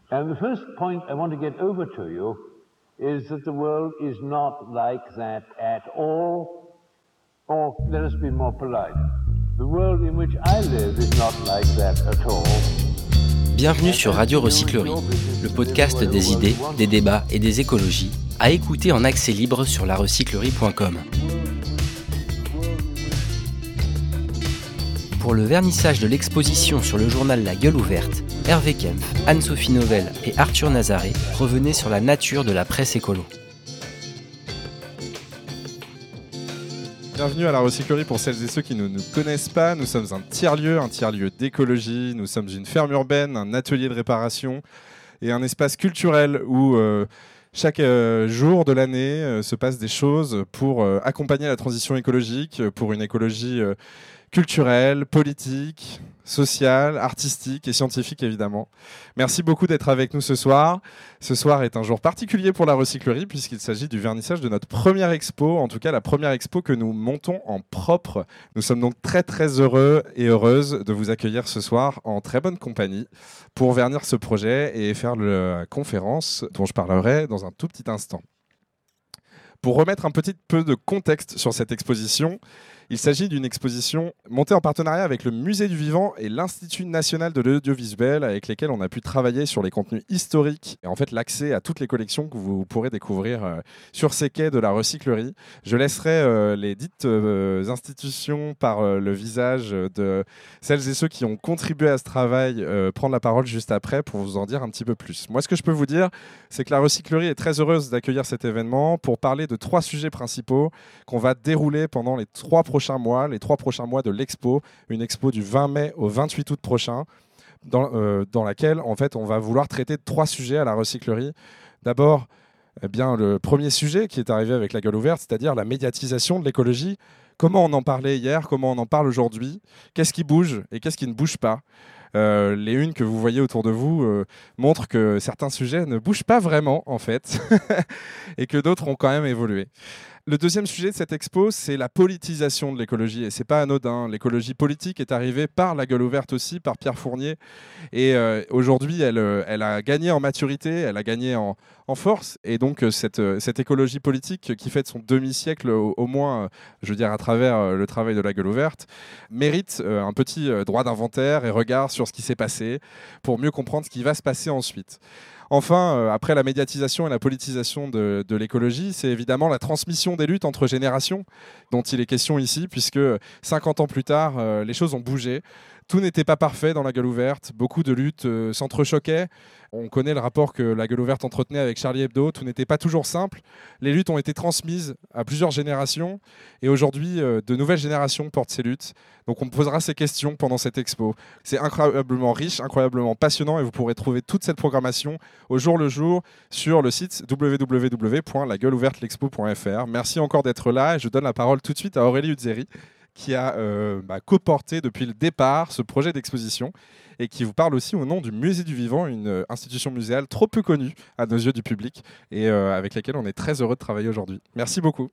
And the first point I want to get over to you is that the world is not like that at all, or let us be more polite. The world in which I live is not like that at all. Bienvenue sur Radio Recyclerie, le podcast des idées, des débats et des écologies, à écouter en accès libre sur larecyclerie.com. Pour le vernissage de l'exposition sur le journal La Gueule Ouverte, Hervé Kempf, Anne-Sophie Novelle et Arthur Nazaré revenaient sur la nature de la presse écolo. Bienvenue à la Recyclerie pour celles et ceux qui ne nous connaissent pas. Nous sommes un tiers-lieu d'écologie. Nous sommes une ferme urbaine, un atelier de réparation et un espace culturel où chaque jour de l'année se passent des choses pour accompagner la transition écologique, pour une écologie culturelle, politique, sociale, artistique et scientifique évidemment. Merci beaucoup d'être avec nous ce soir. Ce soir est un jour particulier pour la Recyclerie puisqu'il s'agit du vernissage de notre première expo, en tout cas la première expo que nous montons en propre. Nous sommes donc très très heureux et heureuses de vous accueillir ce soir en très bonne compagnie pour vernir ce projet et faire la conférence dont je parlerai dans un tout petit instant. Pour remettre un petit peu de contexte sur cette exposition, il s'agit d'une exposition montée en partenariat avec le Musée du Vivant et l'Institut national de l'audiovisuel, avec lesquels on a pu travailler sur les contenus historiques et en fait l'accès à toutes les collections que vous pourrez découvrir sur ces quais de la Recyclerie. Je laisserai les dites institutions par le visage de celles et ceux qui ont contribué à ce travail prendre la parole juste après pour vous en dire un petit peu plus. Moi, ce que je peux vous dire, c'est que la Recyclerie est très heureuse d'accueillir cet événement pour parler de 3 sujets principaux qu'on va dérouler pendant les 3 prochains mois de l'expo, une expo du 20 mai au 28 août prochain, dans laquelle en fait on va vouloir traiter de 3 sujets à la Recyclerie. D'abord, le premier sujet qui est arrivé avec La Gueule Ouverte, c'est-à-dire la médiatisation de l'écologie. Comment on en parlait hier, comment on en parle aujourd'hui, qu'est-ce qui bouge et qu'est-ce qui ne bouge pas. Les unes que vous voyez autour de vous montrent que certains sujets ne bougent pas vraiment en fait et que d'autres ont quand même évolué. Le deuxième sujet de cette expo, c'est la politisation de l'écologie. Et c'est pas anodin. L'écologie politique est arrivée par La Gueule Ouverte aussi, par Pierre Fournier. Et aujourd'hui, elle a gagné en maturité, elle a gagné en force. Et donc, cette écologie politique qui fête son demi-siècle au moins, je veux dire, à travers le travail de La Gueule Ouverte, mérite un petit droit d'inventaire et regard sur ce qui s'est passé pour mieux comprendre ce qui va se passer ensuite. Enfin, après la médiatisation et la politisation de l'écologie, c'est évidemment la transmission des luttes entre générations dont il est question ici, puisque 50 ans plus tard, les choses ont bougé. Tout n'était pas parfait dans La Gueule Ouverte. Beaucoup de luttes s'entrechoquaient. On connaît le rapport que La Gueule Ouverte entretenait avec Charlie Hebdo. Tout n'était pas toujours simple. Les luttes ont été transmises à plusieurs générations. Et aujourd'hui, de nouvelles générations portent ces luttes. Donc on posera ces questions pendant cette expo. C'est incroyablement riche, incroyablement passionnant. Et vous pourrez trouver toute cette programmation au jour le jour sur le site www.lagueuleouvertelexpo.fr. Merci encore d'être là. Et je donne la parole tout de suite à Aurélie Uzzeri, qui a coporté depuis le départ ce projet d'exposition et qui vous parle aussi au nom du Musée du Vivant, une institution muséale trop peu connue à nos yeux du public et avec laquelle on est très heureux de travailler aujourd'hui. Merci beaucoup.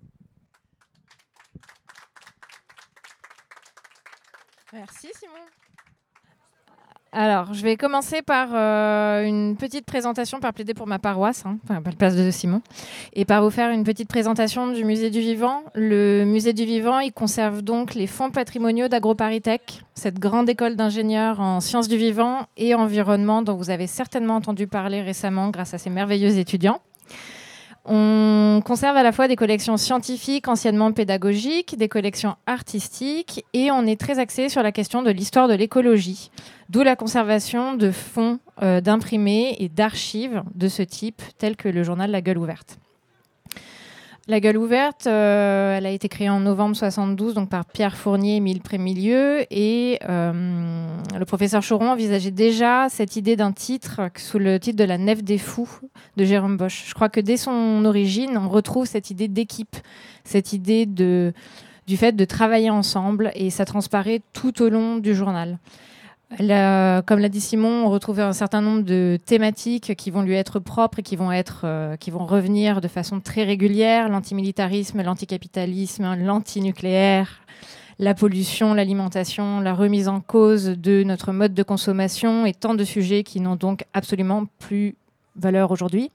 Merci Simon. Alors, je vais commencer par une petite présentation, par plaider pour ma paroisse, par la place de Simon, et par vous faire une petite présentation du Musée du Vivant. Le Musée du Vivant, il conserve donc les fonds patrimoniaux d'AgroParisTech, cette grande école d'ingénieurs en sciences du vivant et environnement dont vous avez certainement entendu parler récemment grâce à ces merveilleux étudiants. On conserve à la fois des collections scientifiques, anciennement pédagogiques, des collections artistiques, et on est très axé sur la question de l'histoire de l'écologie, d'où la conservation de fonds d'imprimés et d'archives de ce type, tels que le journal La Gueule Ouverte. La Gueule Ouverte, elle a été créée en novembre 72 donc par Pierre Fournier et Émile Prémilieu, et le professeur Choron envisageait déjà cette idée d'un titre sous le titre de La Nef des Fous de Jérôme Bosch. Je crois que dès son origine, on retrouve cette idée d'équipe, cette idée du fait de travailler ensemble, et ça transparaît tout au long du journal. Comme l'a dit Simon, on retrouve un certain nombre de thématiques qui vont lui être propres et qui vont revenir de façon très régulière: l'antimilitarisme, l'anticapitalisme, l'antinucléaire, la pollution, l'alimentation, la remise en cause de notre mode de consommation et tant de sujets qui n'ont donc absolument plus valeur aujourd'hui.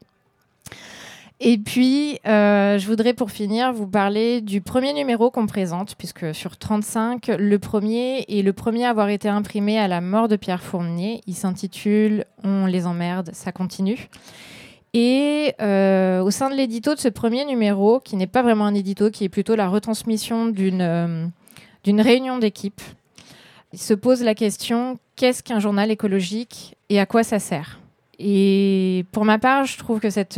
Et puis, je voudrais pour finir vous parler du premier numéro qu'on présente, puisque sur 35, le premier est le premier à avoir été imprimé à la mort de Pierre Fournier. Il s'intitule « On les emmerde, ça continue ». Et au sein de l'édito de ce premier numéro, qui n'est pas vraiment un édito, qui est plutôt la retransmission d'une réunion d'équipe, il se pose la question « Qu'est-ce qu'un journal écologique et à quoi ça sert ?» Et pour ma part, je trouve que cet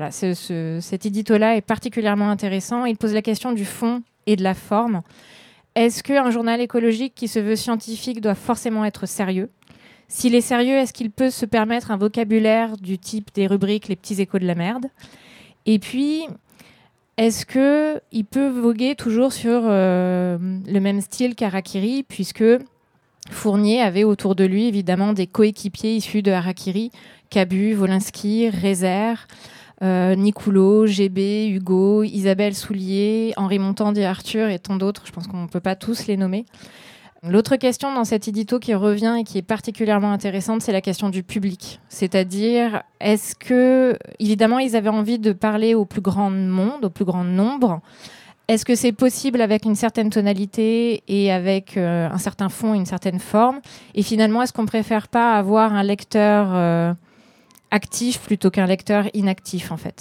édito-là est particulièrement intéressant. Il pose la question du fond et de la forme. Est-ce qu'un journal écologique qui se veut scientifique doit forcément être sérieux ? S'il est sérieux, est-ce qu'il peut se permettre un vocabulaire du type des rubriques « Les petits échos de la merde » ? Et puis, est-ce qu'il peut voguer toujours sur le même style qu'Harakiri, puisque Fournier avait autour de lui évidemment des coéquipiers issus de Harakiri, Cabu, Wolinski, Rézère, Nicoulot, GB, Hugo, Isabelle Soulier, Henri Montand et Arthur et tant d'autres. Je pense qu'on ne peut pas tous les nommer. L'autre question dans cet édito qui revient et qui est particulièrement intéressante, c'est la question du public. C'est-à-dire, est-ce que, évidemment, ils avaient envie de parler au plus grand monde, au plus grand nombre. Est-ce que c'est possible avec une certaine tonalité et avec un certain fond, une certaine forme ? Et finalement, est-ce qu'on ne préfère pas avoir un lecteur actif plutôt qu'un lecteur inactif, en fait ?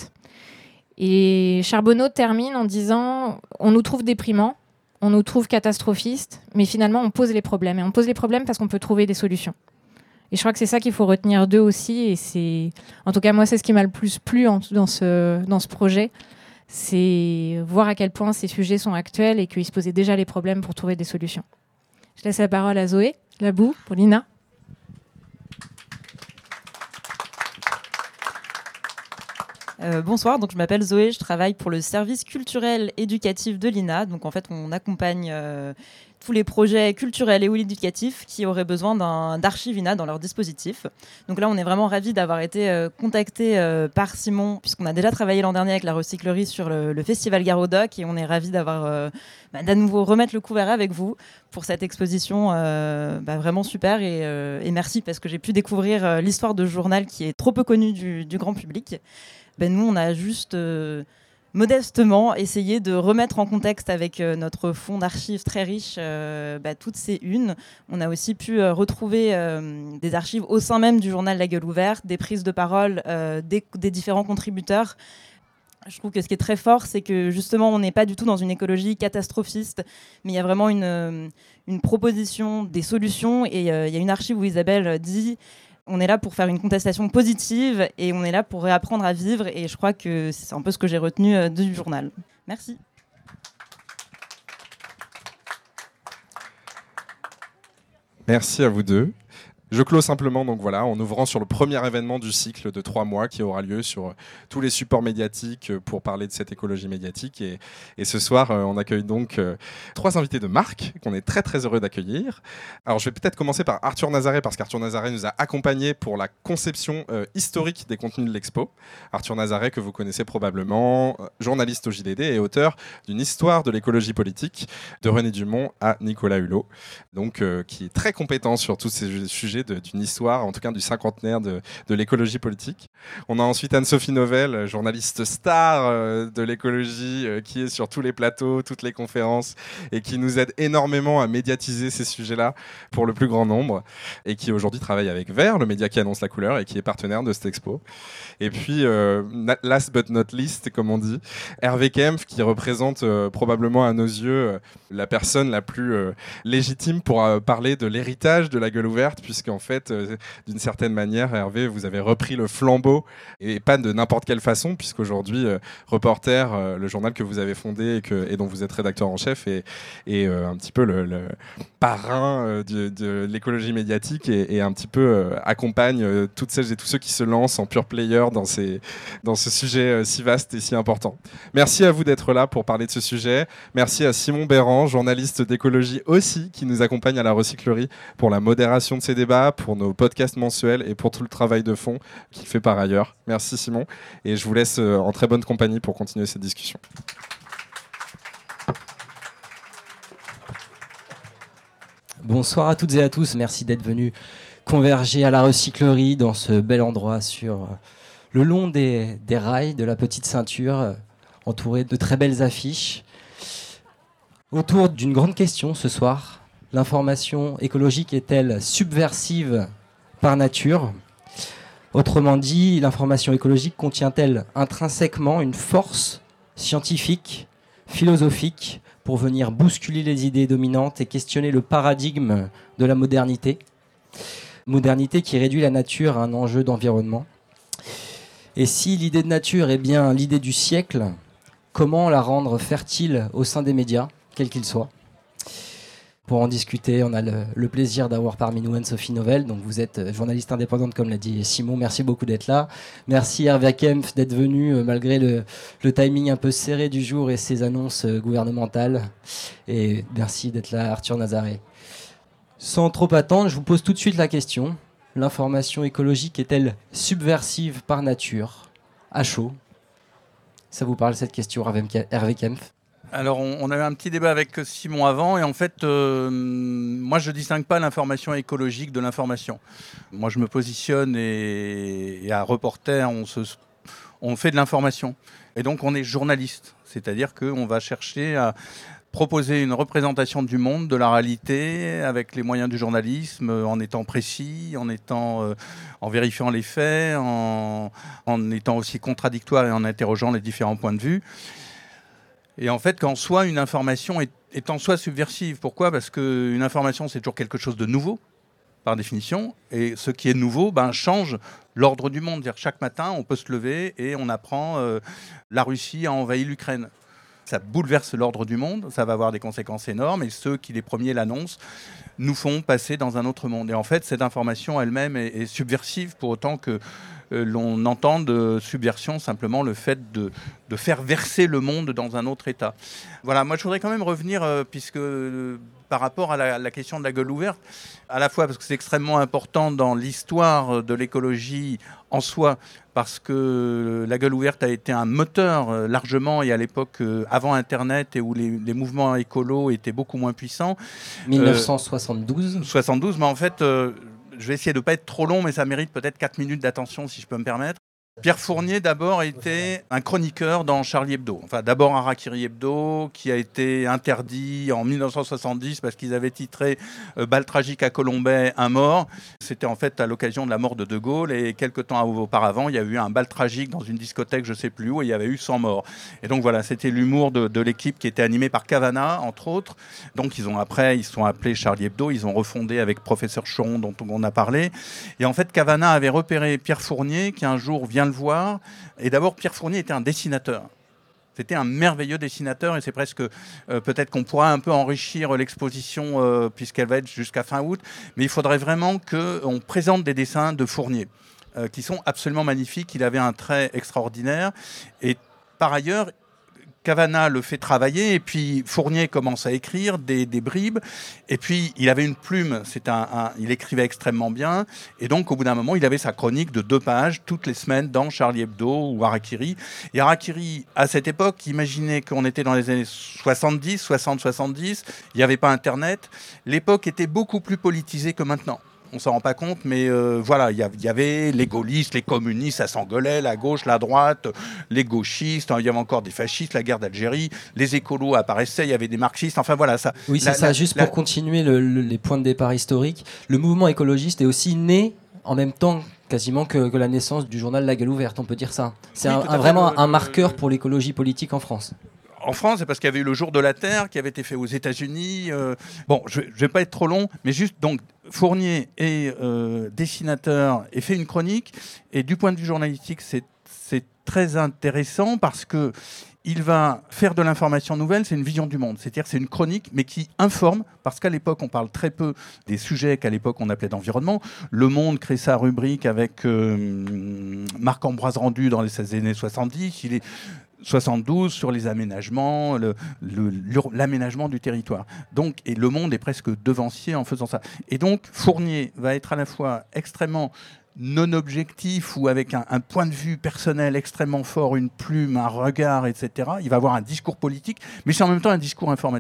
Et Charbonneau termine en disant « On nous trouve déprimants, on nous trouve catastrophistes, mais finalement, on pose les problèmes. Et on pose les problèmes parce qu'on peut trouver des solutions. » Et je crois que c'est ça qu'il faut retenir d'eux aussi. Et c'est, en tout cas, moi, c'est ce qui m'a le plus plu dans ce projet. C'est voir à quel point ces sujets sont actuels et qu'ils se posaient déjà les problèmes pour trouver des solutions. Je laisse la parole à Zoé Labou pour l'INA. Bonsoir, donc je m'appelle Zoé, je travaille pour le service culturel éducatif de l'INA. Donc en fait, on accompagne tous les projets culturels et ou éducatifs qui auraient besoin d'archives INA dans leur dispositif. Donc là, on est vraiment ravis d'avoir été contactés par Simon, puisqu'on a déjà travaillé l'an dernier avec la recyclerie sur le festival Garodoc, et on est ravis d'avoir d'à nouveau remettre le couvert avec vous pour cette exposition vraiment super, et merci parce que j'ai pu découvrir l'histoire de ce journal qui est trop peu connu du grand public. Nous, on a juste modestement essayé de remettre en contexte avec notre fonds d'archives très riche toutes ces unes. On a aussi pu retrouver des archives au sein même du journal La Gueule Ouverte, des prises de parole des différents contributeurs. Je trouve que ce qui est très fort, c'est que justement, on n'est pas du tout dans une écologie catastrophiste, mais il y a vraiment une proposition, des solutions. Et il y a une archive où Isabelle dit... On est là pour faire une contestation positive et on est là pour réapprendre à vivre. Et je crois que c'est un peu ce que j'ai retenu du journal. Merci. Merci à vous deux. Je clôt simplement en ouvrant sur le premier événement du cycle de 3 mois qui aura lieu sur tous les supports médiatiques pour parler de cette écologie médiatique. Et ce soir, on accueille donc 3 invités de marque qu'on est très très heureux d'accueillir. Alors je vais peut-être commencer par Arthur Nazaret, parce qu'Arthur Nazaret nous a accompagnés pour la conception historique des contenus de l'expo. Arthur Nazaret, que vous connaissez probablement, journaliste au JDD et auteur d'une histoire de l'écologie politique de René Dumont à Nicolas Hulot, donc qui est très compétent sur tous ces sujets d'une histoire, en tout cas du cinquantenaire de l'écologie politique. On a ensuite Anne-Sophie Novelle, journaliste star de l'écologie, qui est sur tous les plateaux, toutes les conférences, et qui nous aide énormément à médiatiser ces sujets-là pour le plus grand nombre, et qui aujourd'hui travaille avec Vert, le média qui annonce la couleur, et qui est partenaire de cette expo. Et puis, last but not least, comme on dit, Hervé Kempf, qui représente probablement à nos yeux la personne la plus légitime pour parler de l'héritage de La Gueule Ouverte, puisqu'en fait, d'une certaine manière, Hervé, vous avez repris le flambeau, et pas de n'importe quelle façon, puisqu'aujourd'hui, Reporter, le journal que vous avez fondé et dont vous êtes rédacteur en chef, est un petit peu le parrain de l'écologie médiatique, et un petit peu accompagne toutes celles et tous ceux qui se lancent en pure player dans ce sujet si vaste et si important. Merci à vous d'être là pour parler de ce sujet. Merci à Simon Béran, journaliste d'écologie aussi, qui nous accompagne à la recyclerie pour la modération de ces débats, pour nos podcasts mensuels et pour tout le travail de fond qu'il fait par ailleurs. Merci Simon, et je vous laisse en très bonne compagnie pour continuer cette discussion. Bonsoir à toutes et à tous, merci d'être venus converger à la recyclerie dans ce bel endroit sur le long des rails de la petite ceinture, entouré de très belles affiches. Autour d'une grande question ce soir, l'information écologique est-elle subversive par nature ? Autrement dit, l'information écologique contient-elle intrinsèquement une force scientifique, philosophique, pour venir bousculer les idées dominantes et questionner le paradigme de la modernité ? Modernité qui réduit la nature à un enjeu d'environnement. Et si l'idée de nature est bien l'idée du siècle, comment la rendre fertile au sein des médias, quels qu'ils soient ? Pour en discuter, on a le plaisir d'avoir parmi nous Anne-Sophie Novelle. Donc vous êtes journaliste indépendante, comme l'a dit Simon. Merci beaucoup d'être là. Merci Hervé Kempf d'être venu malgré le timing un peu serré du jour et ses annonces gouvernementales. Et merci d'être là, Arthur Nazaré. Sans trop attendre, je vous pose tout de suite la question. L'information écologique est-elle subversive par nature ? À chaud. Ça vous parle cette question, Hervé Kempf ? Alors, on a eu un petit débat avec Simon avant, et en fait, moi, je ne distingue pas l'information écologique de l'information. Moi, je me positionne et à Reporter, on fait de l'information. Et donc, on est journaliste, c'est-à-dire qu'on va chercher à proposer une représentation du monde, de la réalité, avec les moyens du journalisme, en étant précis, en vérifiant les faits, en étant aussi contradictoire et en interrogeant les différents points de vue. Et en fait, qu'en soi, une information est en soi subversive. Pourquoi ? Parce qu'une information, c'est toujours quelque chose de nouveau, par définition. Et ce qui est nouveau change l'ordre du monde. C'est-à-dire, chaque matin, on peut se lever et on apprend la Russie a envahi l'Ukraine. Ça bouleverse l'ordre du monde, ça va avoir des conséquences énormes. Et ceux qui, les premiers, l'annoncent, nous font passer dans un autre monde. Et en fait, cette information elle-même est subversive, pour autant que l'on entend de subversion simplement le fait de faire verser le monde dans un autre état. Voilà, moi je voudrais quand même revenir, puisque par rapport à la question de la gueule ouverte, à la fois parce que c'est extrêmement important dans l'histoire de l'écologie en soi, parce que la gueule ouverte a été un moteur largement, et à l'époque avant Internet, et où les mouvements écolos étaient beaucoup moins puissants. 1972 72, mais en fait... je vais essayer de ne pas être trop long, mais ça mérite peut-être 4 minutes d'attention, si je peux me permettre. Pierre Fournier, d'abord, était un chroniqueur dans Charlie Hebdo. Enfin, d'abord Harakiri Hebdo, qui a été interdit en 1970 parce qu'ils avaient titré « Balle tragique à Colombey, un mort ». C'était en fait à l'occasion de la mort de De Gaulle. Et quelques temps auparavant, il y a eu un bal tragique dans une discothèque, je ne sais plus où, et il y avait eu 100 morts. Et donc voilà, c'était l'humour de l'équipe qui était animée par Cavana, entre autres. Donc ils sont appelés Charlie Hebdo, ils ont refondé avec Professeur Choron, dont on a parlé. Et en fait, Cavana avait repéré Pierre Fournier, qui un jour vient le voir. Et d'abord, Pierre Fournier était un dessinateur. C'était un merveilleux dessinateur, et c'est presque peut-être qu'on pourra un peu enrichir l'exposition puisqu'elle va être jusqu'à fin août. Mais il faudrait vraiment qu'on présente des dessins de Fournier qui sont absolument magnifiques. Il avait un trait extraordinaire. Et par ailleurs, Cavana le fait travailler, et puis Fournier commence à écrire des bribes, et puis il avait une plume, il écrivait extrêmement bien, et donc au bout d'un moment il avait sa chronique de 2 pages toutes les semaines dans Charlie Hebdo ou Harakiri. Et Harakiri, à cette époque, imaginez qu'on était dans les années 70, il n'y avait pas Internet, l'époque était beaucoup plus politisée que maintenant. On ne s'en rend pas compte, mais voilà, il y avait les gaullistes, les communistes, ça s'engueulait, la gauche, la droite, les gauchistes, il y avait encore des fascistes, la guerre d'Algérie, les écolos apparaissaient, il y avait des marxistes, enfin voilà. Ça. Oui, c'est ça, juste pour continuer les points de départ historiques, le mouvement écologiste est aussi né en même temps quasiment que la naissance du journal La Gueule Ouverte, on peut dire ça. C'est vraiment un marqueur pour l'écologie politique en France. En France, c'est parce qu'il y avait eu le Jour de la Terre qui avait été fait aux États-Unis. Bon, je ne vais pas être trop long, mais juste, donc, Fournier est dessinateur et fait une chronique. Et du point de vue journalistique, c'est très intéressant parce que il va faire de l'information nouvelle, c'est une vision du monde. C'est-à-dire que c'est une chronique, mais qui informe, parce qu'à l'époque, on parle très peu des sujets qu'à l'époque, on appelait d'environnement. Le Monde crée sa rubrique avec Marc-Ambroise Rendu dans les années 70. Il est 72 sur les aménagements, l'aménagement du territoire. Donc, et Le Monde est presque devancier en faisant ça. Et donc, Fournier va être à la fois extrêmement non objectif ou avec un point de vue personnel extrêmement fort, une plume, un regard, etc. Il va avoir un discours politique, mais c'est en même temps un discours informatif.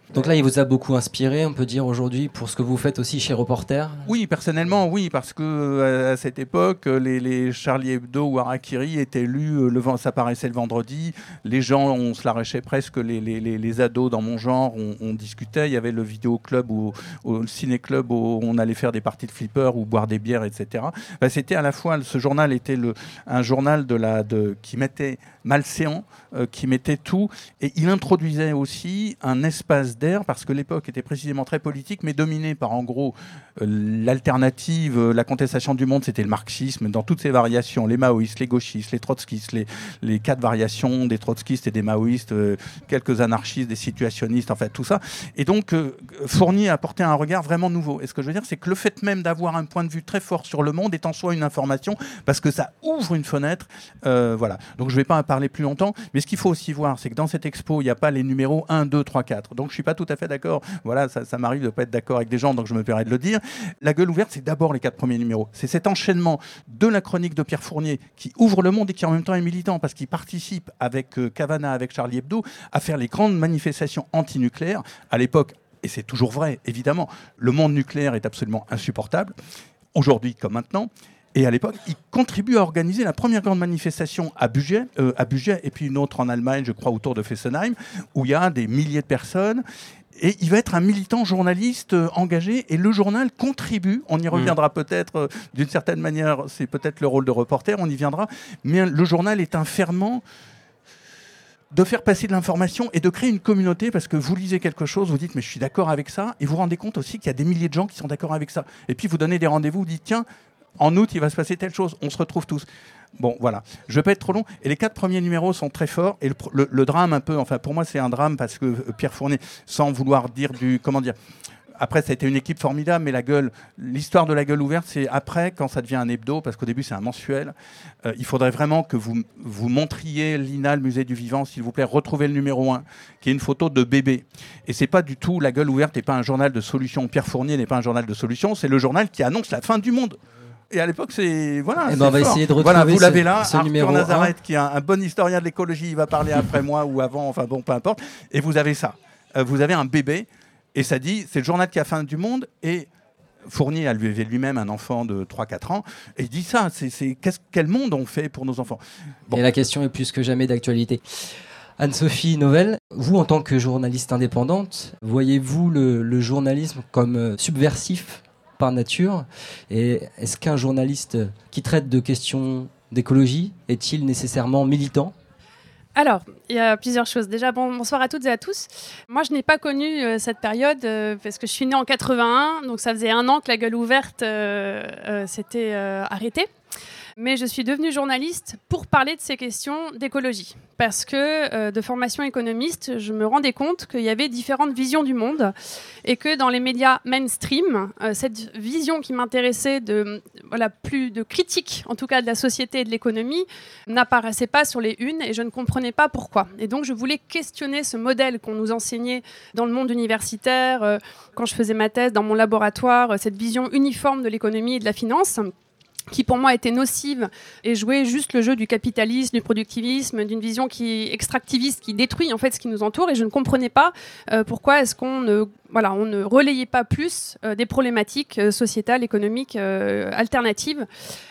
Donc là, il vous a beaucoup inspiré, on peut dire aujourd'hui, pour ce que vous faites aussi chez Reporter. Oui, personnellement, oui, parce que à cette époque, les Charlie Hebdo ou Harakiri étaient lus, ça paraissait le vendredi, les gens, on se l'arrachait presque, les ados dans mon genre, on discutait, il y avait le vidéoclub ou le ciné-club où on allait faire des parties de flipper ou boire des bières, etc. Enfin, c'était à la fois, ce journal était un journal qui mettait malséant, qui mettait tout, et il introduisait aussi un espace d'air, parce que l'époque était précisément très politique, mais dominée par, en gros, l'alternative, la contestation du monde, c'était le marxisme, dans toutes ses variations, les maoïstes, les gauchistes, les trotskistes, les 4 variations des trotskistes et des maoïstes, quelques anarchistes, des situationnistes, enfin tout ça. Et donc, Fournier apportait un regard vraiment nouveau. Et ce que je veux dire, c'est que le fait même d'avoir un point de vue très fort sur le monde est en soi une information, parce que ça ouvre une fenêtre. Voilà. Donc, je ne vais pas en parler plus longtemps, mais ce qu'il faut aussi voir, c'est que dans cette expo, il n'y a pas les numéros 1, 2, 3, 4. Donc, je ne suis pas tout à fait d'accord. Voilà, ça m'arrive de ne pas être d'accord avec des gens, donc je me permets de le dire. La gueule ouverte, c'est d'abord les 4 premiers numéros. C'est cet enchaînement de la chronique de Pierre Fournier qui ouvre le monde et qui en même temps est militant, parce qu'il participe avec Cavana, avec Charlie Hebdo, à faire les grandes manifestations antinucléaires. À l'époque, et c'est toujours vrai, évidemment, le monde nucléaire est absolument insupportable, aujourd'hui comme maintenant. Et à l'époque, il contribue à organiser la première grande manifestation à Bugey, et puis une autre en Allemagne, je crois, autour de Fessenheim, où il y a des milliers de personnes. Et il va être un militant journaliste engagé, et le journal contribue, on y reviendra peut-être d'une certaine manière, c'est peut-être le rôle de Reporter, on y viendra, mais le journal est un ferment de faire passer de l'information et de créer une communauté, parce que vous lisez quelque chose, vous dites mais je suis d'accord avec ça, et vous vous rendez compte aussi qu'il y a des milliers de gens qui sont d'accord avec ça. Et puis vous donnez des rendez-vous, vous dites tiens, en août il va se passer telle chose, on se retrouve tous. Bon, voilà. Je ne vais pas être trop long. Et les 4 premiers numéros sont très forts. Et le drame, un peu, enfin, pour moi, c'est un drame parce que Pierre Fournier, sans vouloir dire comment dire. Après, ça a été une équipe formidable, mais l'histoire de la gueule ouverte, c'est après, quand ça devient un hebdo, parce qu'au début, c'est un mensuel. Il faudrait vraiment que vous montriez l'INA, le musée du vivant, s'il vous plaît, retrouvez le numéro 1, qui est une photo de bébé. Et c'est pas du tout, la gueule ouverte n'est pas un journal de solutions. Pierre Fournier n'est pas un journal de solutions, c'est le journal qui annonce la fin du monde. Et à l'époque, c'est voilà. On va essayer de retrouver voilà, vous l'avez là, ce Arthur numéro Nazareth, qui est un bon historien de l'écologie, il va parler après moi ou avant, enfin bon, peu importe. Et vous avez ça. Vous avez un bébé, et ça dit, c'est le journal qui a fin du monde, et Fournier avait lui-même un enfant de 3-4 ans, et il dit ça, quel monde on fait pour nos enfants. Bon. Et la question est plus que jamais d'actualité. Anne-Sophie Novelle, vous en tant que journaliste indépendante, voyez-vous le journalisme comme subversif par nature, et est-ce qu'un journaliste qui traite de questions d'écologie est-il nécessairement militant ? Alors, il y a plusieurs choses. Déjà, bonsoir à toutes et à tous. Moi, je n'ai pas connu cette période parce que je suis née en 81, donc ça faisait 1 an que la gueule ouverte s'était arrêtée. Mais je suis devenue journaliste pour parler de ces questions d'écologie. Parce que de formation économiste, je me rendais compte qu'il y avait différentes visions du monde et que dans les médias mainstream, cette vision qui m'intéressait plus de critique, en tout cas de la société et de l'économie, n'apparaissait pas sur les unes et je ne comprenais pas pourquoi. Et donc je voulais questionner ce modèle qu'on nous enseignait dans le monde universitaire, quand je faisais ma thèse dans mon laboratoire, cette vision uniforme de l'économie et de la finance, qui pour moi était nocive et jouait juste le jeu du capitalisme, du productivisme, d'une vision extractiviste qui détruit en fait ce qui nous entoure. Et je ne comprenais pas pourquoi est-ce qu'on ne relayait pas plus des problématiques sociétales, économiques, alternatives.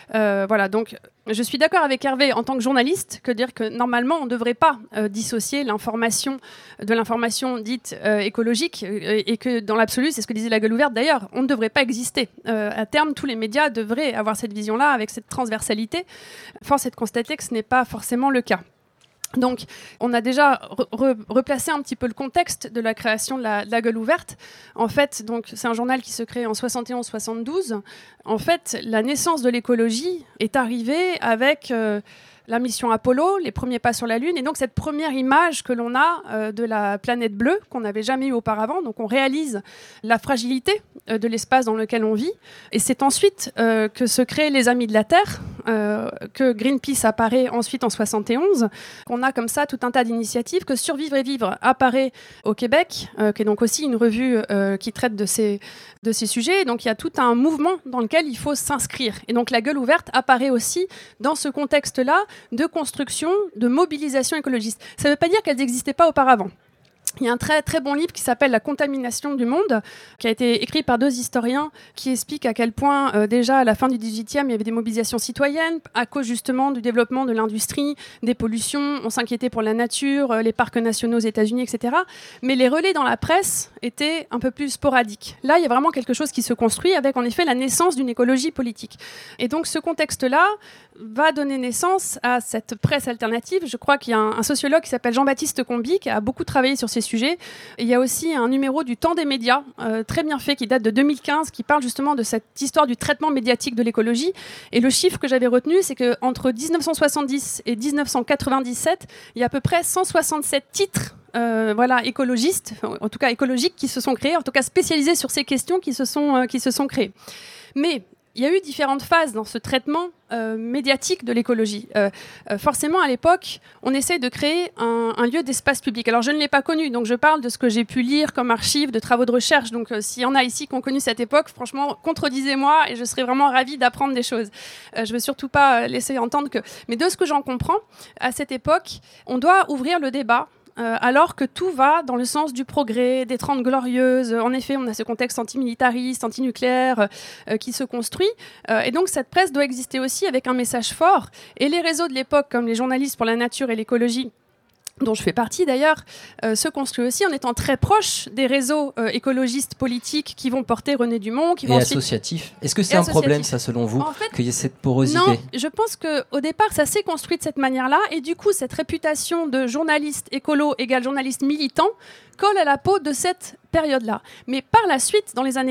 Donc je suis d'accord avec Hervé en tant que journaliste que dire que normalement on ne devrait pas dissocier l'information de l'information dite écologique et que dans l'absolu, c'est ce que disait la gueule ouverte d'ailleurs, on ne devrait pas exister. À terme, tous les médias devraient avoir cette vision-là avec cette transversalité. Force est de constater que ce n'est pas forcément le cas. Donc, on a déjà replacé un petit peu le contexte de la création de la gueule ouverte. En fait, donc, c'est un journal qui se crée en 71-72. En fait, la naissance de l'écologie est arrivée avec la mission Apollo, les premiers pas sur la Lune, et donc cette première image que l'on a de la planète bleue, qu'on n'avait jamais eue auparavant. Donc, on réalise la fragilité de l'espace dans lequel on vit. Et c'est ensuite que se créent les Amis de la Terre, que Greenpeace apparaît ensuite en 71, qu'on a comme ça tout un tas d'initiatives, que Survivre et Vivre apparaît au Québec, qui est donc aussi une revue qui traite de ces sujets. Donc il y a tout un mouvement dans lequel il faut s'inscrire. Et donc la gueule ouverte apparaît aussi dans ce contexte-là de construction, de mobilisation écologiste. Ça ne veut pas dire qu'elles n'existaient pas auparavant. Il y a un très, très bon livre qui s'appelle « La contamination du monde », qui a été écrit par 2 historiens qui expliquent à quel point, déjà à la fin du XVIIIe, il y avait des mobilisations citoyennes à cause justement du développement de l'industrie, des pollutions, on s'inquiétait pour la nature, les parcs nationaux aux États-Unis, etc. Mais les relais dans la presse étaient un peu plus sporadiques. Là, il y a vraiment quelque chose qui se construit avec en effet la naissance d'une écologie politique. Et donc ce contexte-là va donner naissance à cette presse alternative. Je crois qu'il y a un sociologue qui s'appelle Jean-Baptiste Comby qui a beaucoup travaillé sur ces sujets. Et il y a aussi un numéro du Temps des médias, très bien fait, qui date de 2015, qui parle justement de cette histoire du traitement médiatique de l'écologie. Et le chiffre que j'avais retenu, c'est qu'entre 1970 et 1997, il y a à peu près 167 titres écologistes, en tout cas écologiques, qui se sont créés, en tout cas spécialisés sur ces questions qui se sont créés. Mais il y a eu différentes phases dans ce traitement médiatique de l'écologie. Forcément, à l'époque, on essaie de créer un lieu d'espace public. Alors, je ne l'ai pas connu, donc je parle de ce que j'ai pu lire comme archives, de travaux de recherche. Donc, s'il y en a ici qui ont connu cette époque, franchement, contredisez-moi et je serais vraiment ravie d'apprendre des choses. Je ne veux surtout pas laisser entendre que... Mais de ce que j'en comprends, à cette époque, on doit ouvrir le débat alors que tout va dans le sens du progrès, des 30 glorieuses. En effet, on a ce contexte antimilitariste, antinucléaire qui se construit. Et donc, cette presse doit exister aussi avec un message fort. Et les réseaux de l'époque, comme les journalistes pour la nature et l'écologie, dont je fais partie d'ailleurs, se construit aussi en étant très proche des réseaux écologistes politiques qui vont porter René Dumont. Qui vont associatifs. Est-ce que c'est un problème, ça, selon vous, en fait, qu'il y ait cette porosité ? Non, je pense qu'au départ, ça s'est construit de cette manière-là. Et du coup, cette réputation de journaliste écolo égale journaliste militant colle à la peau de cette période-là. Mais par la suite, dans les années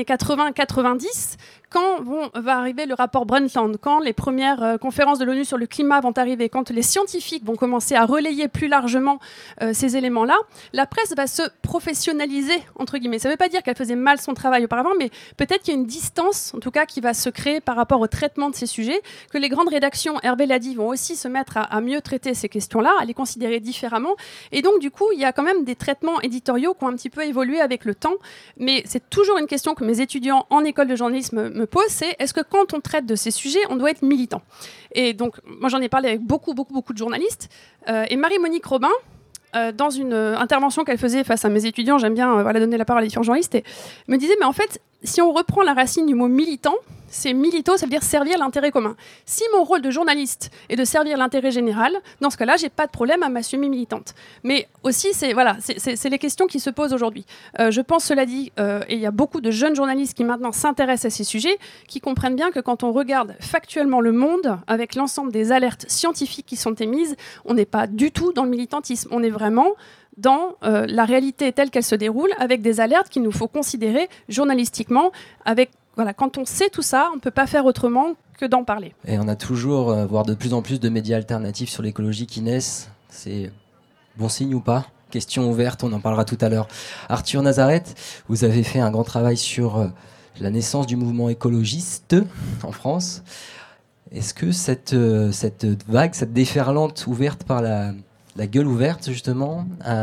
80-90, quand va arriver le rapport Brundtland, quand les premières conférences de l'ONU sur le climat vont arriver, quand les scientifiques vont commencer à relayer plus largement ces éléments-là, la presse va se professionnaliser, entre guillemets. Ça ne veut pas dire qu'elle faisait mal son travail auparavant, mais peut-être qu'il y a une distance, en tout cas, qui va se créer par rapport au traitement de ces sujets, que les grandes rédactions, Hervé l'a dit, vont aussi se mettre à mieux traiter ces questions-là, à les considérer différemment. Et donc, du coup, il y a quand même des traitements éditoriaux qui ont un petit peu évolué avec le temps. Mais c'est toujours une question que mes étudiants en école de journalisme me posent, c'est est-ce que quand on traite de ces sujets, on doit être militant ? Et donc, moi, j'en ai parlé avec beaucoup de journalistes. Et Marie-Monique Robin, dans une intervention qu'elle faisait face à mes étudiants, j'aime bien donner la parole à différents journalistes, et me disait, mais en fait, si on reprend la racine du mot militant, c'est milito, ça veut dire servir l'intérêt commun. Si mon rôle de journaliste est de servir l'intérêt général, dans ce cas-là, j'ai pas de problème à m'assumer militante. Mais aussi, c'est les questions qui se posent aujourd'hui. Je pense, cela dit, et il y a beaucoup de jeunes journalistes qui maintenant s'intéressent à ces sujets, qui comprennent bien que quand on regarde factuellement le monde, avec l'ensemble des alertes scientifiques qui sont émises, on n'est pas du tout dans le militantisme. On est vraiment dans la réalité telle qu'elle se déroule, avec des alertes qu'il nous faut considérer journalistiquement, quand on sait tout ça, on ne peut pas faire autrement que d'en parler. Et on a toujours, voire de plus en plus de médias alternatifs sur l'écologie qui naissent. C'est bon signe ou pas ? Question ouverte, on en parlera tout à l'heure. Arthur Nazareth, vous avez fait un grand travail sur la naissance du mouvement écologiste en France. Est-ce que cette vague, cette déferlante ouverte par la gueule ouverte, justement,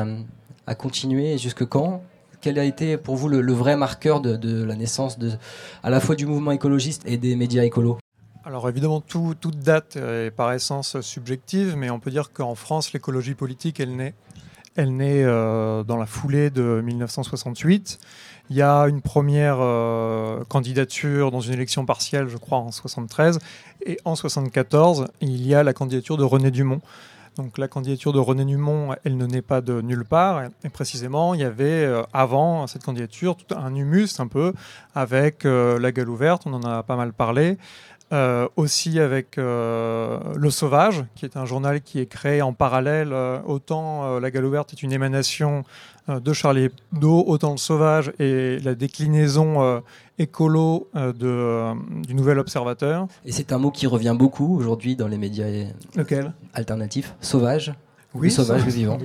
a continué jusque quand ? Quel a été pour vous le vrai marqueur de la naissance à la fois du mouvement écologiste et des médias écolos ? Alors évidemment, toute date est par essence subjective, mais on peut dire qu'en France, l'écologie politique, elle naît dans la foulée de 1968. Il y a une première candidature dans une élection partielle, je crois, en 1973. Et en 1974, il y a la candidature de René Dumont. Donc la candidature de René Dumont, elle ne naît pas de nulle part. Et précisément, il y avait avant cette candidature tout un humus un peu avec la gueule ouverte, on en a pas mal parlé. Aussi avec Le Sauvage, qui est un journal qui est créé en parallèle. Autant La Gueule Ouverte est une émanation de Charlie Hebdo, autant Le Sauvage est la déclinaison écolo du Nouvel Observateur. Et c'est un mot qui revient beaucoup aujourd'hui dans les médias alternatifs. Sauvage, oui, Le Sauvage, Le Vivant.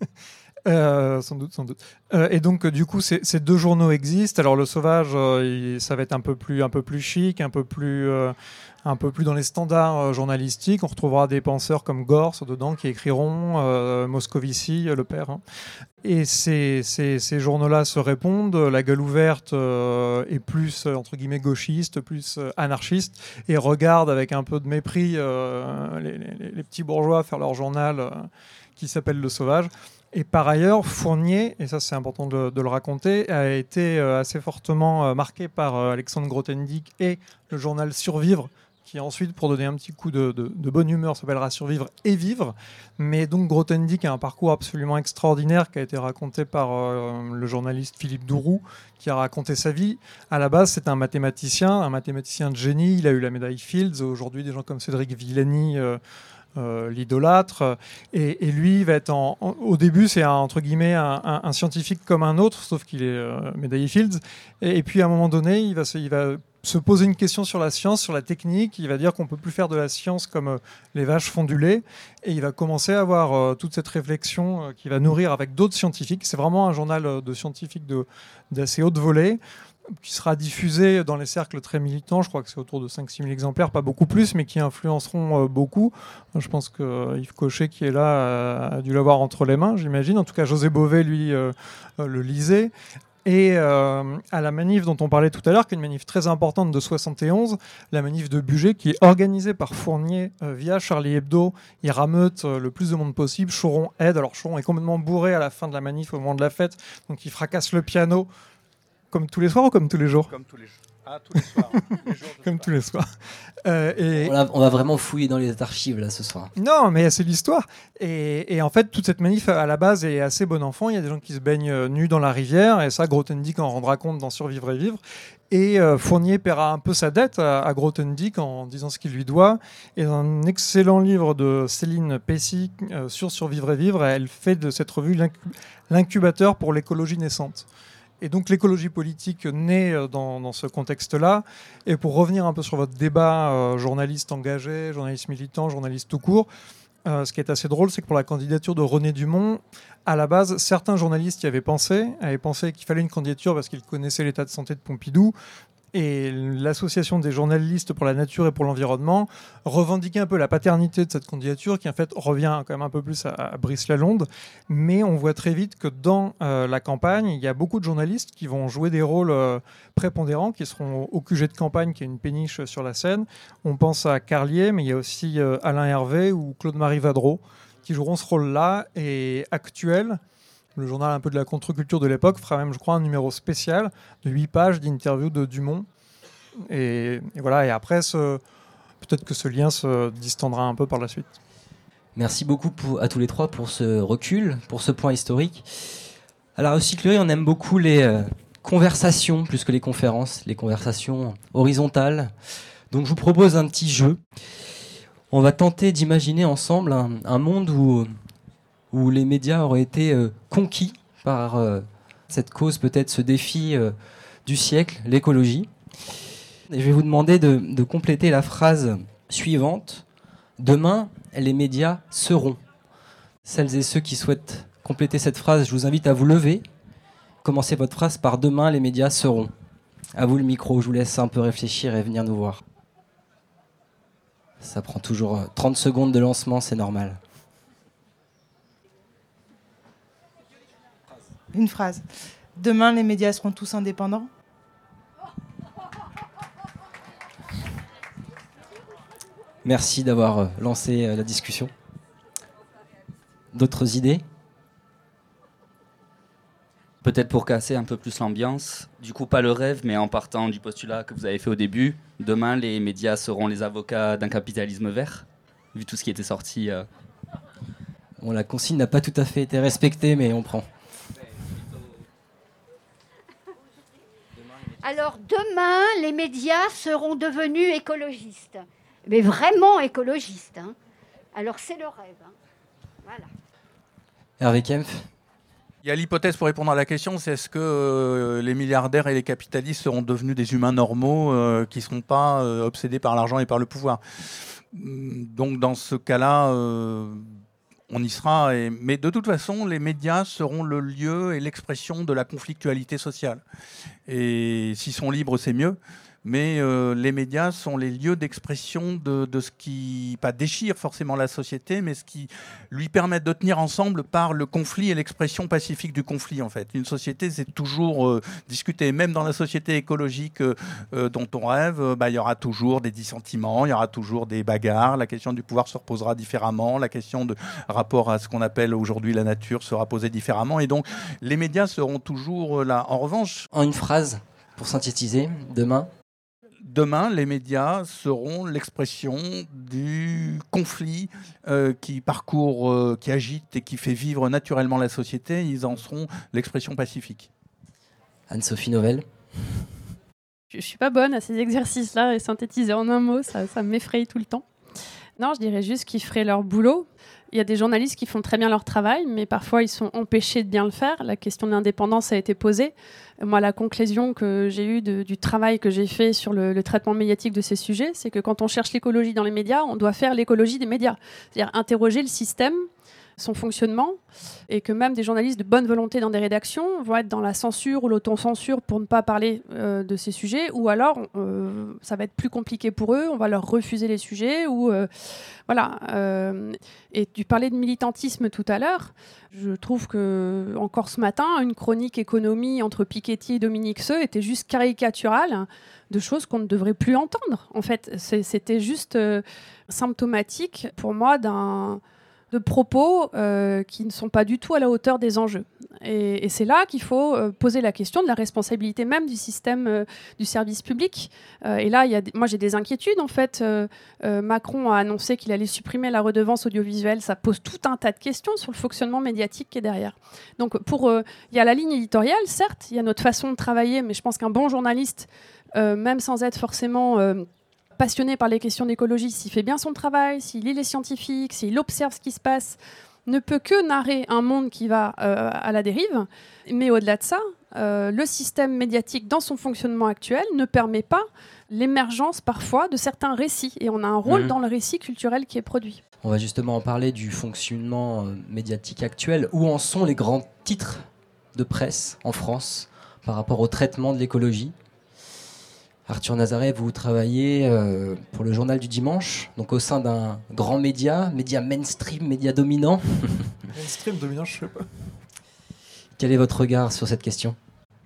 Sans doute. Et donc, du coup, ces deux journaux existent. Alors, Le Sauvage, ça va être un peu plus chic, un peu plus dans les standards journalistiques. On retrouvera des penseurs comme Gors dedans qui écriront, Moscovici, le père. Hein. Et ces journaux-là se répondent. La Gueule Ouverte est plus, entre guillemets, gauchiste, plus anarchiste, et regarde avec un peu de mépris les petits bourgeois faire leur journal qui s'appelle Le Sauvage. Et par ailleurs, Fournier, et ça c'est important de le raconter, a été assez fortement marqué par Alexandre Grothendieck et le journal Survivre, qui ensuite, pour donner un petit coup de bonne humeur, s'appellera Survivre et Vivre. Mais donc Grothendieck a un parcours absolument extraordinaire qui a été raconté par le journaliste Philippe Douroux, qui a raconté sa vie. À la base, c'est un mathématicien de génie. Il a eu la médaille Fields. Aujourd'hui, des gens comme Cédric Villani l'idolâtre. Et lui, il va être au début, c'est entre guillemets un scientifique comme un autre, sauf qu'il est médaillé Fields. Et puis à un moment donné, il va se poser une question sur la science, sur la technique. Il va dire qu'on ne peut plus faire de la science comme les vaches font du lait. Et il va commencer à avoir toute cette réflexion qui va nourrir avec d'autres scientifiques. C'est vraiment un journal de scientifiques d'assez haute volée, qui sera diffusé dans les cercles très militants. Je crois que c'est autour de 5-6 000 exemplaires, pas beaucoup plus, mais qui influenceront beaucoup. Je pense que Yves Cochet, qui est là, a dû l'avoir entre les mains, j'imagine. En tout cas, José Bové, lui, le lisait. Et à la manif dont on parlait tout à l'heure, qui est une manif très importante de 71, la manif de Bugey, qui est organisée par Fournier via Charlie Hebdo. Il rameute le plus de monde possible. Choron aide. Alors Choron est complètement bourré à la fin de la manif, au moment de la fête, donc il fracasse le piano. Comme tous les soirs ou comme tous les jours ? Comme tous les jours. Ah, tous les soirs. Comme tous les soirs. On va vraiment fouiller dans les archives là ce soir. Non, mais c'est l'histoire. Et en fait, toute cette manif à la base est assez bon enfant. Il y a des gens qui se baignent nus dans la rivière, et ça, Grothendieck en rendra compte dans Survivre et Vivre. Et Fournier paiera un peu sa dette à Grothendieck en disant ce qu'il lui doit. Et dans un excellent livre de Céline Pessy sur Survivre et Vivre, elle fait de cette revue l'incubateur pour l'écologie naissante. Et donc l'écologie politique naît dans ce contexte-là. Et pour revenir un peu sur votre débat, journaliste engagé, journaliste militant, journaliste tout court, ce qui est assez drôle, c'est que pour la candidature de René Dumont, à la base, certains journalistes y avaient pensé qu'il fallait une candidature parce qu'ils connaissaient l'état de santé de Pompidou. Et l'association des journalistes pour la nature et pour l'environnement revendiquait un peu la paternité de cette candidature, qui en fait revient quand même un peu plus à Brice Lalonde. Mais on voit très vite que dans la campagne, il y a beaucoup de journalistes qui vont jouer des rôles prépondérants, qui seront au QG de campagne, qui est une péniche sur la Seine. On pense à Carlier, mais il y a aussi Alain Hervé ou Claude-Marie Vadreau, qui joueront ce rôle-là. Et Actuel, le journal un peu de la contre-culture de l'époque, fera même, je crois, un numéro spécial de 8 pages d'interview de Dumont. Et voilà, et après, peut-être que ce lien se distendra un peu par la suite. Merci beaucoup à tous les trois pour ce recul, pour ce point historique. À la recyclerie, on aime beaucoup les conversations plus que les conférences, les conversations horizontales. Donc je vous propose un petit jeu. On va tenter d'imaginer ensemble un monde où les médias auraient été conquis par cette cause, peut-être ce défi du siècle, l'écologie. Et je vais vous demander de compléter la phrase suivante. Demain, les médias seront. Celles et ceux qui souhaitent compléter cette phrase, je vous invite à vous lever. Commencez votre phrase par demain, les médias seront. À vous le micro, je vous laisse un peu réfléchir et venir nous voir. Ça prend toujours 30 secondes de lancement, c'est normal. Une phrase. Demain, les médias seront tous indépendants. Merci d'avoir lancé la discussion. D'autres idées ? Peut-être pour casser un peu plus l'ambiance. Du coup, pas le rêve, mais en partant du postulat que vous avez fait au début. Demain, les médias seront les avocats d'un capitalisme vert, vu tout ce qui était sorti. Bon, la consigne n'a pas tout à fait été respectée, mais on prend. Alors, demain, les médias seront devenus écologistes. Mais vraiment écologistes. Hein. Alors, c'est le rêve. Hein. Voilà. Hervé Kempf. Il y a l'hypothèse pour répondre à la question, c'est est-ce que les milliardaires et les capitalistes seront devenus des humains normaux qui ne seront pas obsédés par l'argent et par le pouvoir. Donc, dans ce cas-là, on y sera. Mais de toute façon, les médias seront le lieu et l'expression de la conflictualité sociale. Et s'ils sont libres, c'est mieux. mais les médias sont les lieux d'expression de ce qui, pas déchire forcément la société, mais ce qui lui permet de tenir ensemble par le conflit et l'expression pacifique du conflit, en fait. Une société, c'est toujours discuté. Même dans la société écologique dont on rêve, il y aura toujours des dissentiments, il y aura toujours des bagarres, la question du pouvoir se reposera différemment, la question de rapport à ce qu'on appelle aujourd'hui la nature sera posée différemment, et donc les médias seront toujours là. En revanche... En une phrase, pour synthétiser, Demain, les médias seront l'expression du conflit qui parcourt, qui agite et qui fait vivre naturellement la société. Ils en seront l'expression pacifique. Anne-Sophie Novelle. Je ne suis pas bonne à ces exercices-là et synthétiser en un mot, ça m'effraie tout le temps. Non, je dirais juste qu'ils feraient leur boulot. Il y a des journalistes qui font très bien leur travail, mais parfois ils sont empêchés de bien le faire. La question de l'indépendance a été posée. Moi, la conclusion que j'ai eue du travail que j'ai fait sur le traitement médiatique de ces sujets, c'est que quand on cherche l'écologie dans les médias, on doit faire l'écologie des médias. C'est-à-dire interroger le système, son fonctionnement, et que même des journalistes de bonne volonté dans des rédactions vont être dans la censure ou l'autocensure pour ne pas parler de ces sujets, ou alors ça va être plus compliqué pour eux, on va leur refuser les sujets, ou voilà. Et tu parlais de militantisme tout à l'heure, je trouve que encore ce matin, une chronique économie entre Piketty et Dominique Seux était juste caricaturale de choses qu'on ne devrait plus entendre. En fait, c'était juste symptomatique pour moi de propos qui ne sont pas du tout à la hauteur des enjeux. Et c'est là qu'il faut poser la question de la responsabilité même du système du service public. Et là, moi j'ai des inquiétudes en fait. Macron a annoncé qu'il allait supprimer la redevance audiovisuelle. Ça pose tout un tas de questions sur le fonctionnement médiatique qui est derrière. Donc il y a la ligne éditoriale, certes, il y a notre façon de travailler, mais je pense qu'un bon journaliste, même sans être forcément... passionné par les questions d'écologie, s'il fait bien son travail, s'il lit les scientifiques, s'il observe ce qui se passe, ne peut que narrer un monde qui va à la dérive. Mais au-delà de ça, le système médiatique dans son fonctionnement actuel ne permet pas l'émergence parfois de certains récits. Et on a un rôle dans le récit culturel qui est produit. On va justement en parler du fonctionnement médiatique actuel. Où en sont les grands titres de presse en France par rapport au traitement de l'écologie ? Arthur Nazaret, vous travaillez pour le Journal du Dimanche, donc au sein d'un grand média mainstream, média dominant. Mainstream dominant, je sais pas. Quel est votre regard sur cette question ?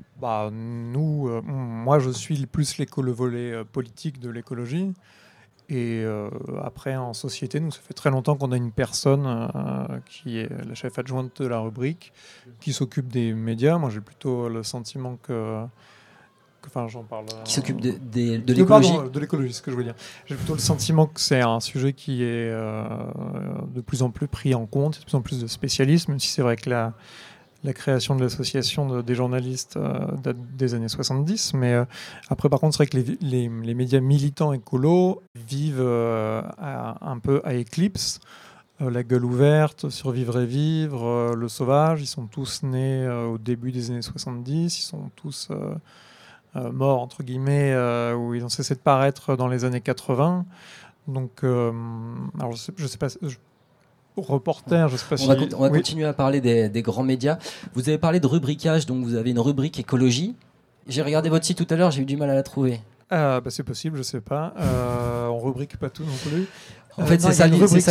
Moi, je suis plus le volet politique de l'écologie. Et après, en société, ça fait très longtemps qu'on a une personne qui est la chef adjointe de la rubrique, qui s'occupe des médias. Moi, j'ai plutôt le sentiment j'en parle. Qui s'occupe de l'écologie. Pardon, de l'écologie, c'est ce que je veux dire. J'ai plutôt le sentiment que c'est un sujet qui est de plus en plus pris en compte, de plus en plus de spécialistes, même si c'est vrai que la création de l'association des journalistes date des années 70. Mais après, par contre, c'est vrai que les médias militants écolos vivent un peu à éclipse. La Gueule ouverte, Survivre et vivre, Le Sauvage, ils sont tous nés au début des années 70, ils sont tous... morts entre guillemets, où ils ont cessé de paraître dans les années 80. Donc, alors je sais pas, reporter, je sais pas si... On va continuer à parler des grands médias. Vous avez parlé de rubriquage, donc vous avez une rubrique écologie. J'ai regardé votre site tout à l'heure, j'ai eu du mal à la trouver. C'est possible, je sais pas. On rubrique pas tout non plus. En fait, c'est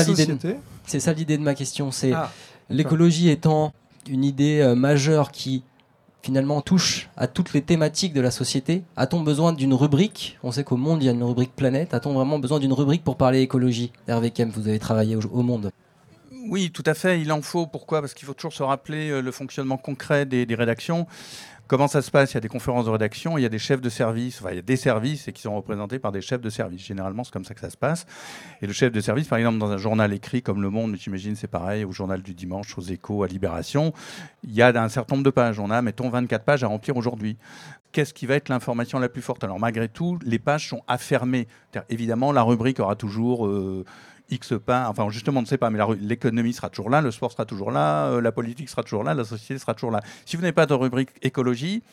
ça l'idée de ma question. C'est l'écologie étant une idée majeure qui finalement touche à toutes les thématiques de la société. A-t-on besoin d'une rubrique ? On sait qu'au Monde, il y a une rubrique planète. A-t-on vraiment besoin d'une rubrique pour parler écologie ? Hervé Kempf, vous avez travaillé au Monde. Oui, tout à fait, il en faut. Pourquoi ? Parce qu'il faut toujours se rappeler le fonctionnement concret des rédactions. Comment ça se passe ? Il y a des conférences de rédaction, il y a des chefs de service, il y a des services et qui sont représentés par des chefs de service. Généralement, c'est comme ça que ça se passe. Et le chef de service, par exemple, dans un journal écrit comme Le Monde, j'imagine c'est pareil, au Journal du Dimanche, aux Échos, à Libération, il y a un certain nombre de pages. On a, mettons, 24 pages à remplir aujourd'hui. Qu'est-ce qui va être l'information la plus forte ? Alors, malgré tout, les pages sont affermées. Évidemment, la rubrique aura toujours... X pas, enfin justement on ne sait pas, mais l'économie sera toujours là, le sport sera toujours là, la politique sera toujours là, la société sera toujours là. Si vous n'avez pas de rubrique écologie,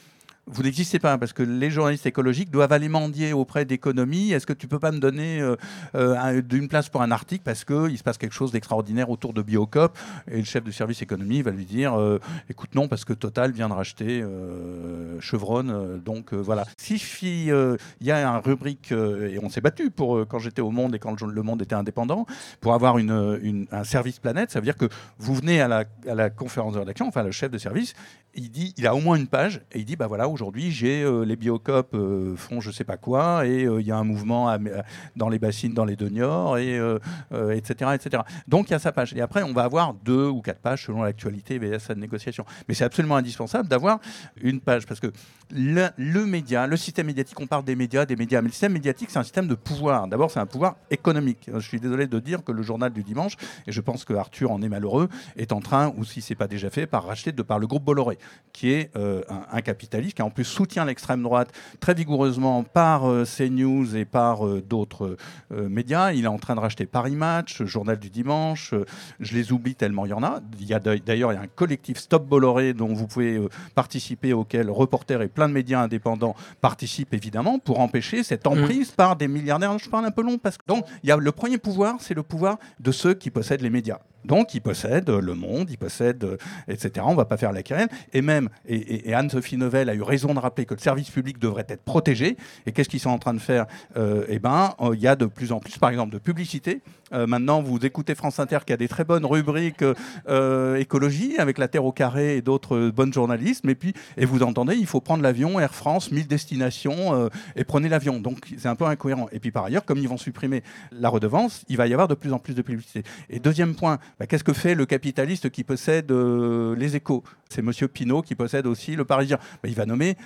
vous n'existez pas, parce que les journalistes écologiques doivent aller mendier auprès d'économie. Est-ce que tu peux pas me donner d'une place pour un article parce qu'il se passe quelque chose d'extraordinaire autour de Biocop? Et le chef du service économie va lui dire écoute, non, parce que Total vient de racheter Chevron. Donc voilà. Si il y a un rubrique, et on s'est battu pour quand j'étais au Monde et quand le Monde était indépendant, pour avoir un service planète. Ça veut dire que vous venez à la conférence de rédaction, enfin le chef de service, il a au moins une page et il dit bah voilà, aujourd'hui j'ai les Biocop font je sais pas quoi et il y a un mouvement dans les bassines, dans les deux Niort et etc. Donc il y a sa page et après on va avoir 2 ou 4 pages selon l'actualité et sa négociation. Mais c'est absolument indispensable d'avoir une page parce que le média, le système médiatique, on parle des médias, mais le système médiatique c'est un système de pouvoir. D'abord c'est un pouvoir économique. Je suis désolé de dire que le journal du dimanche, et je pense que Arthur en est malheureux, est en train, ou si c'est pas déjà fait, racheter par le groupe Bolloré, qui est un capitaliste qui en plus soutient l'extrême droite très vigoureusement par CNews et par d'autres médias. Il est en train de racheter Paris Match, Journal du Dimanche, je les oublie tellement il y en a. D'ailleurs, il y a un collectif Stop Bolloré dont vous pouvez participer, auquel Reporter et plein de médias indépendants participent évidemment pour empêcher cette emprise par des milliardaires. Je parle un peu long parce que donc il y a le premier pouvoir, c'est le pouvoir de ceux qui possèdent les médias. Donc, ils possèdent Le Monde, ils possèdent, etc. On ne va pas faire la querelle. Et même, et Anne-Sophie Novelle a eu raison de rappeler que le service public devrait être protégé. Et qu'est-ce qu'ils sont en train de faire? Il y a de plus en plus, par exemple, de publicité. Maintenant, vous écoutez France Inter qui a des très bonnes rubriques écologie avec La Terre au carré et d'autres bonnes journalistes. Et vous entendez, il faut prendre l'avion, Air France, 1000 destinations, et prenez l'avion. Donc, c'est un peu incohérent. Et puis, par ailleurs, comme ils vont supprimer la redevance, il va y avoir de plus en plus de publicité. Et deuxième point, qu'est-ce que fait le capitaliste qui possède les Échos? C'est Monsieur Pinault qui possède aussi le Parisien. Il va nommer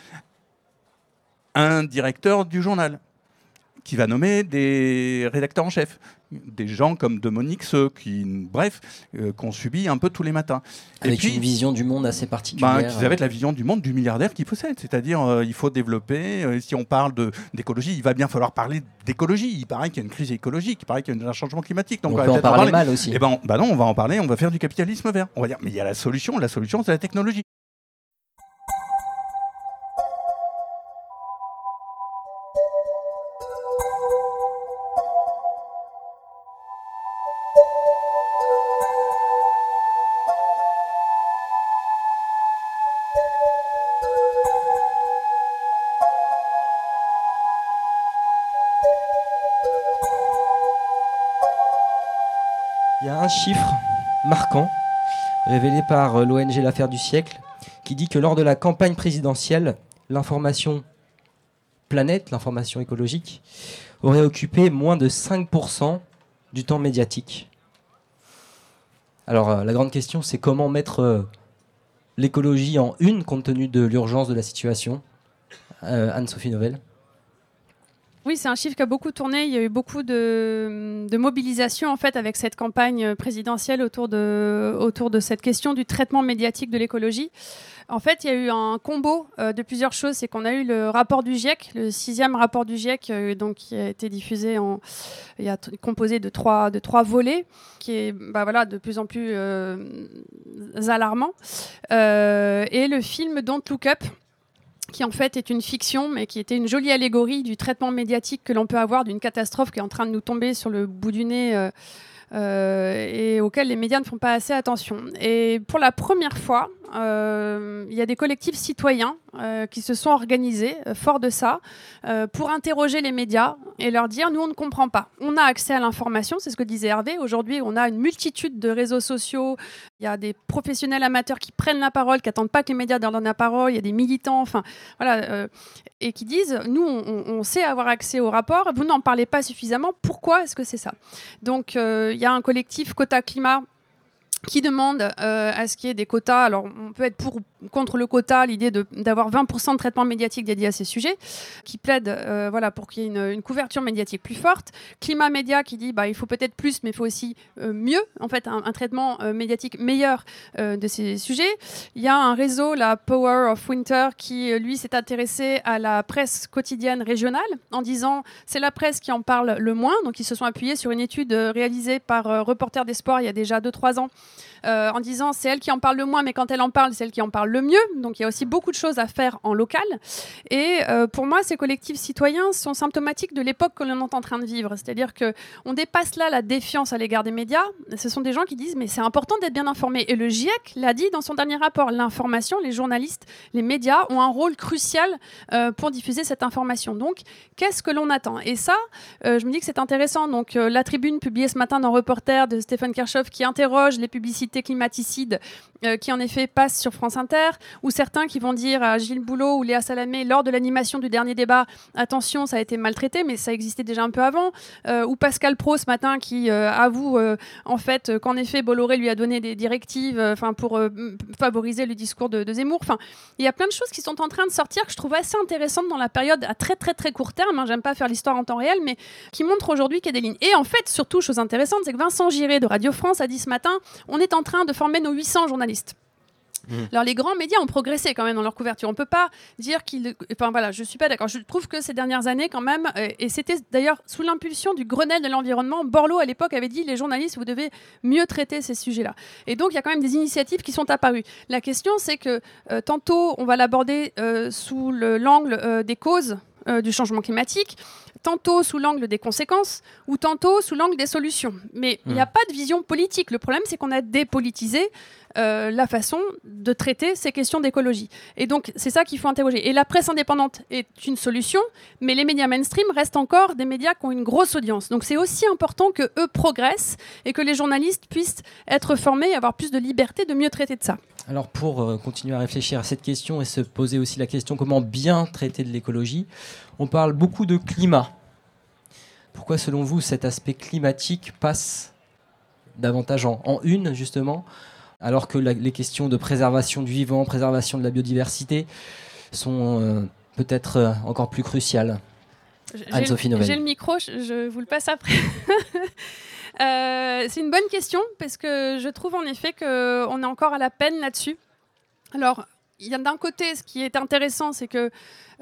un directeur du journal, qui va nommer des rédacteurs en chef, des gens comme Dominique Seux, qu'on subit un peu tous les matins. Avec une vision du monde assez particulière. Qui avait la vision du monde du milliardaire qu'il possède. C'est-à-dire, il faut développer, si on parle d'écologie, il va bien falloir parler d'écologie. Il paraît qu'il y a une crise écologique, il paraît qu'il y a un changement climatique. Donc on peut en parler mal aussi. Non, on va en parler, on va faire du capitalisme vert. On va dire, mais il y a la solution c'est la technologie. Il y a un chiffre marquant révélé par l'ONG L'Affaire du siècle qui dit que lors de la campagne présidentielle, l'information planète, l'information écologique, aurait occupé moins de 5% du temps médiatique. Alors la grande question, c'est comment mettre l'écologie en une compte tenu de l'urgence de la situation. Anne-Sophie Novelle. Oui, c'est un chiffre qui a beaucoup tourné. Il y a eu beaucoup de mobilisation en fait avec cette campagne présidentielle autour de cette question du traitement médiatique de l'écologie. En fait, il y a eu un combo de plusieurs choses. C'est qu'on a eu le rapport du GIEC, le 6e rapport du GIEC, donc qui a été diffusé composé de trois volets, qui est de plus en plus alarmant. Et le film Don't Look Up, qui en fait est une fiction, mais qui était une jolie allégorie du traitement médiatique que l'on peut avoir d'une catastrophe qui est en train de nous tomber sur le bout du nez et auquel les médias ne font pas assez attention. Et pour la première fois, il y a des collectifs citoyens qui se sont organisés, forts de ça, pour interroger les médias et leur dire « nous, on ne comprend pas. On a accès à l'information », c'est ce que disait Hervé. Aujourd'hui, on a une multitude de réseaux sociaux. Il y a des professionnels amateurs qui prennent la parole, qui n'attendent pas que les médias leur donnent la parole. Il y a des militants, et qui disent « nous, on sait avoir accès au rapport. Vous n'en parlez pas suffisamment. Pourquoi est-ce que c'est ça ?» Donc, il y a un collectif Quota Climat qui demande à ce qu'il y ait des quotas. Alors, on peut être pour ou contre le quota, l'idée d'avoir 20% de traitement médiatique dédié à ces sujets, qui plaide pour qu'il y ait une couverture médiatique plus forte. Climat Média qui dit il faut peut-être plus, mais il faut aussi mieux, en fait, un traitement médiatique meilleur de ces sujets. Il y a un réseau, la Power of Winter, qui, lui, s'est intéressé à la presse quotidienne régionale, en disant c'est la presse qui en parle le moins. Donc, ils se sont appuyés sur une étude réalisée par Reporter des Sports il y a déjà 2-3 ans, en disant c'est elle qui en parle le moins, mais quand elle en parle, c'est elle qui en parle le mieux. Donc il y a aussi beaucoup de choses à faire en local. Et pour moi, ces collectifs citoyens sont symptomatiques de l'époque que l'on est en train de vivre. C'est-à-dire qu'on dépasse là la défiance à l'égard des médias. Ce sont des gens qui disent mais c'est important d'être bien informé. Et le GIEC l'a dit dans son dernier rapport, l'information, les journalistes, les médias ont un rôle crucial pour diffuser cette information. Donc qu'est-ce que l'on attend? Et ça, je me dis que c'est intéressant. Donc la Tribune publiée ce matin dans Reporter de Stéphane Kirchhoff qui interroge les publicités climaticides qui en effet passent sur France Inter, ou certains qui vont dire à Gilles Boulot ou Léa Salamé lors de l'animation du dernier débat, attention, ça a été maltraité, mais ça existait déjà un peu avant, ou Pascal Praud ce matin qui avoue en fait qu'en effet Bolloré lui a donné des directives pour favoriser le discours de Zemmour. Il y a plein de choses qui sont en train de sortir que je trouve assez intéressantes dans la période à très très très court terme, j'aime pas faire l'histoire en temps réel, mais qui montrent aujourd'hui qu'il y a des lignes. Et en fait, surtout, chose intéressante, c'est que Vincent Giré de Radio France a dit ce matin, on est en train de former nos 800 journalistes. Alors les grands médias ont progressé quand même dans leur couverture. On peut pas dire qu'ils... Enfin voilà, je suis pas d'accord. Je trouve que ces dernières années quand même, et c'était d'ailleurs sous l'impulsion du Grenelle de l'environnement, Borloo à l'époque avait dit les journalistes, vous devez mieux traiter ces sujets-là. Et donc il y a quand même des initiatives qui sont apparues. La question c'est que tantôt on va l'aborder sous l'angle des causes du changement climatique, tantôt sous l'angle des conséquences ou tantôt sous l'angle des solutions. Mais il n'y a pas de vision politique. Le problème, c'est qu'on a dépolitisé la façon de traiter ces questions d'écologie. Et donc, c'est ça qu'il faut interroger. Et la presse indépendante est une solution, mais les médias mainstream restent encore des médias qui ont une grosse audience. Donc, c'est aussi important qu'eux progressent et que les journalistes puissent être formés, avoir plus de liberté de mieux traiter de ça. Alors pour continuer à réfléchir à cette question et se poser aussi la question comment bien traiter de l'écologie, on parle beaucoup de climat. Pourquoi selon vous cet aspect climatique passe davantage en une justement, alors que les questions de préservation du vivant, préservation de la biodiversité sont peut-être encore plus cruciales? Anne-Sophie Novelle. J'ai le micro, je vous le passe après. C'est une bonne question parce que je trouve en effet qu'on est encore à la peine là-dessus. Alors, il y a d'un côté, ce qui est intéressant, c'est que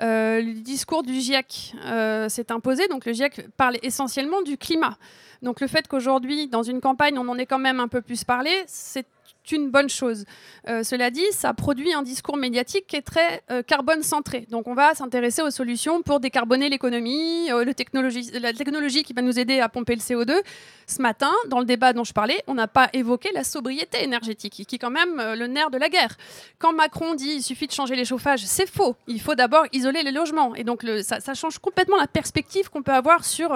le discours du GIEC s'est imposé. Donc le GIEC parle essentiellement du climat. Donc le fait qu'aujourd'hui, dans une campagne, on en ait quand même un peu plus parlé, c'est une bonne chose. Cela dit, ça produit un discours médiatique qui est très carbone centré. Donc on va s'intéresser aux solutions pour décarboner l'économie, la technologie qui va nous aider à pomper le CO2. Ce matin, dans le débat dont je parlais, on n'a pas évoqué la sobriété énergétique, qui est quand même le nerf de la guerre. Quand Macron dit il suffit de changer les chauffages, c'est faux. Il faut d'abord isoler les logements. Et donc ça change complètement la perspective qu'on peut avoir sur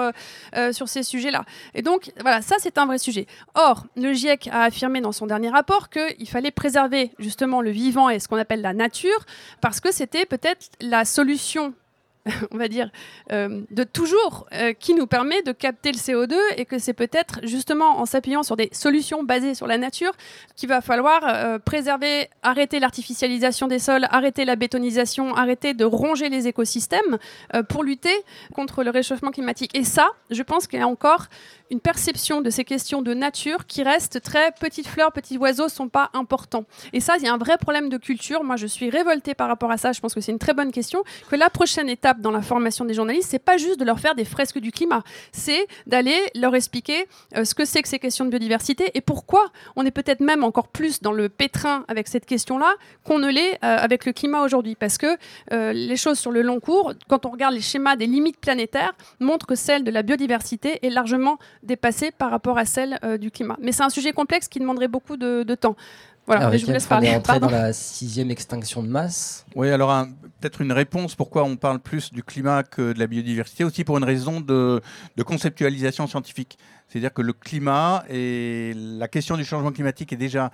ces sujets-là. Et donc voilà, ça c'est un vrai sujet. Or, le GIEC a affirmé dans son dernier rapport qu'il fallait préserver justement le vivant et ce qu'on appelle la nature, parce que c'était peut-être la solution on va dire, de toujours, qui nous permet de capter le CO2 et que c'est peut-être justement en s'appuyant sur des solutions basées sur la nature qu'il va falloir préserver, arrêter l'artificialisation des sols, arrêter la bétonisation, arrêter de ronger les écosystèmes pour lutter contre le réchauffement climatique. Et ça, je pense qu'il y a encore une perception de ces questions de nature qui reste très petites fleurs, petits oiseaux sont pas importants. Et ça, il y a un vrai problème de culture. Moi, je suis révoltée par rapport à ça. Je pense que c'est une très bonne question. Que la prochaine étape dans la formation des journalistes, c'est pas juste de leur faire des fresques du climat. C'est d'aller leur expliquer ce que c'est que ces questions de biodiversité et pourquoi on est peut-être même encore plus dans le pétrin avec cette question-là qu'on ne l'est avec le climat aujourd'hui. Parce que les choses sur le long cours, quand on regarde les schémas des limites planétaires, montrent que celle de la biodiversité est largement dépassée par rapport à celle du climat. Mais c'est un sujet complexe qui demanderait beaucoup de temps. Voilà, mais je vous laisse parler. On est entré dans la 6e extinction de masse. Oui, alors peut-être une réponse pourquoi on parle plus du climat que de la biodiversité, aussi pour une raison de conceptualisation scientifique. C'est-à-dire que le climat et la question du changement climatique est déjà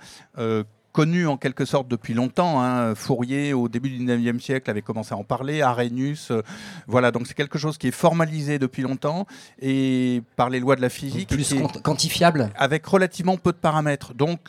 connu en quelque sorte depuis longtemps. Fourier, au début du 19e siècle, avait commencé à en parler, Arrhenius. Voilà, donc c'est quelque chose qui est formalisé depuis longtemps et par les lois de la physique. Plus quantifiable. Avec relativement peu de paramètres. Donc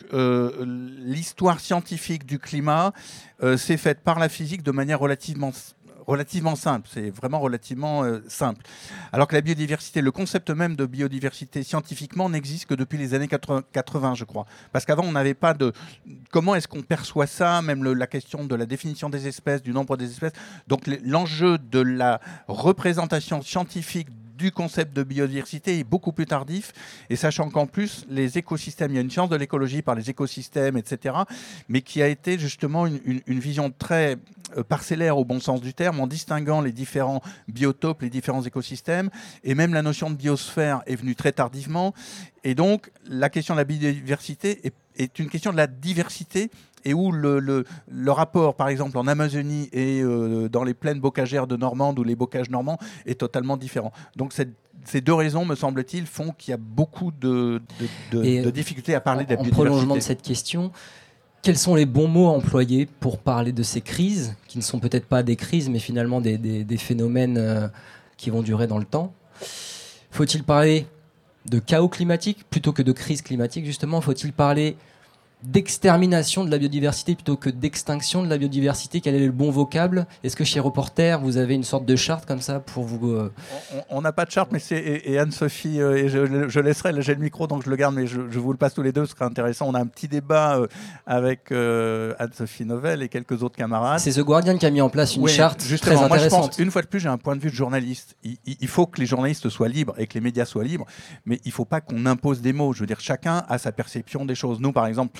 l'histoire scientifique du climat s'est faite par la physique de manière relativement simple, c'est vraiment relativement simple. Alors que la biodiversité, le concept même de biodiversité scientifiquement n'existe que depuis les années 80, je crois. Parce qu'avant, on n'avait pas de... Comment est-ce qu'on perçoit ça, même la question de la définition des espèces, du nombre des espèces. Donc l'enjeu de la représentation scientifique du concept de biodiversité est beaucoup plus tardif, et sachant qu'en plus, les écosystèmes, il y a une science de l'écologie par les écosystèmes, etc., mais qui a été justement une vision très parcellaire au bon sens du terme, en distinguant les différents biotopes, les différents écosystèmes, et même la notion de biosphère est venue très tardivement, et donc la question de la biodiversité est une question de la diversité, et où le rapport, par exemple, en Amazonie et dans les plaines bocagères de Normande ou les bocages normands est totalement différent. Donc ces deux raisons, me semble-t-il, font qu'il y a beaucoup de difficultés à parler de la biodiversité. En prolongement de cette question, quels sont les bons mots à employer pour parler de ces crises, qui ne sont peut-être pas des crises, mais finalement des phénomènes qui vont durer dans le temps? Faut-il parler de chaos climatique plutôt que de crise climatique, justement? Faut-il parler d'extermination de la biodiversité plutôt que d'extinction de la biodiversité? Quel est le bon vocable? Est-ce que chez Reporter, vous avez une sorte de charte comme ça pour vous... On n'a pas de charte, mais et Anne-Sophie, et je laisserai, là j'ai le micro, donc je le garde, mais je vous le passe tous les deux, ce serait intéressant. On a un petit débat avec Anne-Sophie Novelle et quelques autres camarades. C'est The Guardian qui a mis en place une charte justement, très intéressante. Moi, je pense, une fois de plus, j'ai un point de vue de journaliste. Il faut que les journalistes soient libres et que les médias soient libres, mais il ne faut pas qu'on impose des mots. Je veux dire, chacun a sa perception des choses. Nous, par exemple,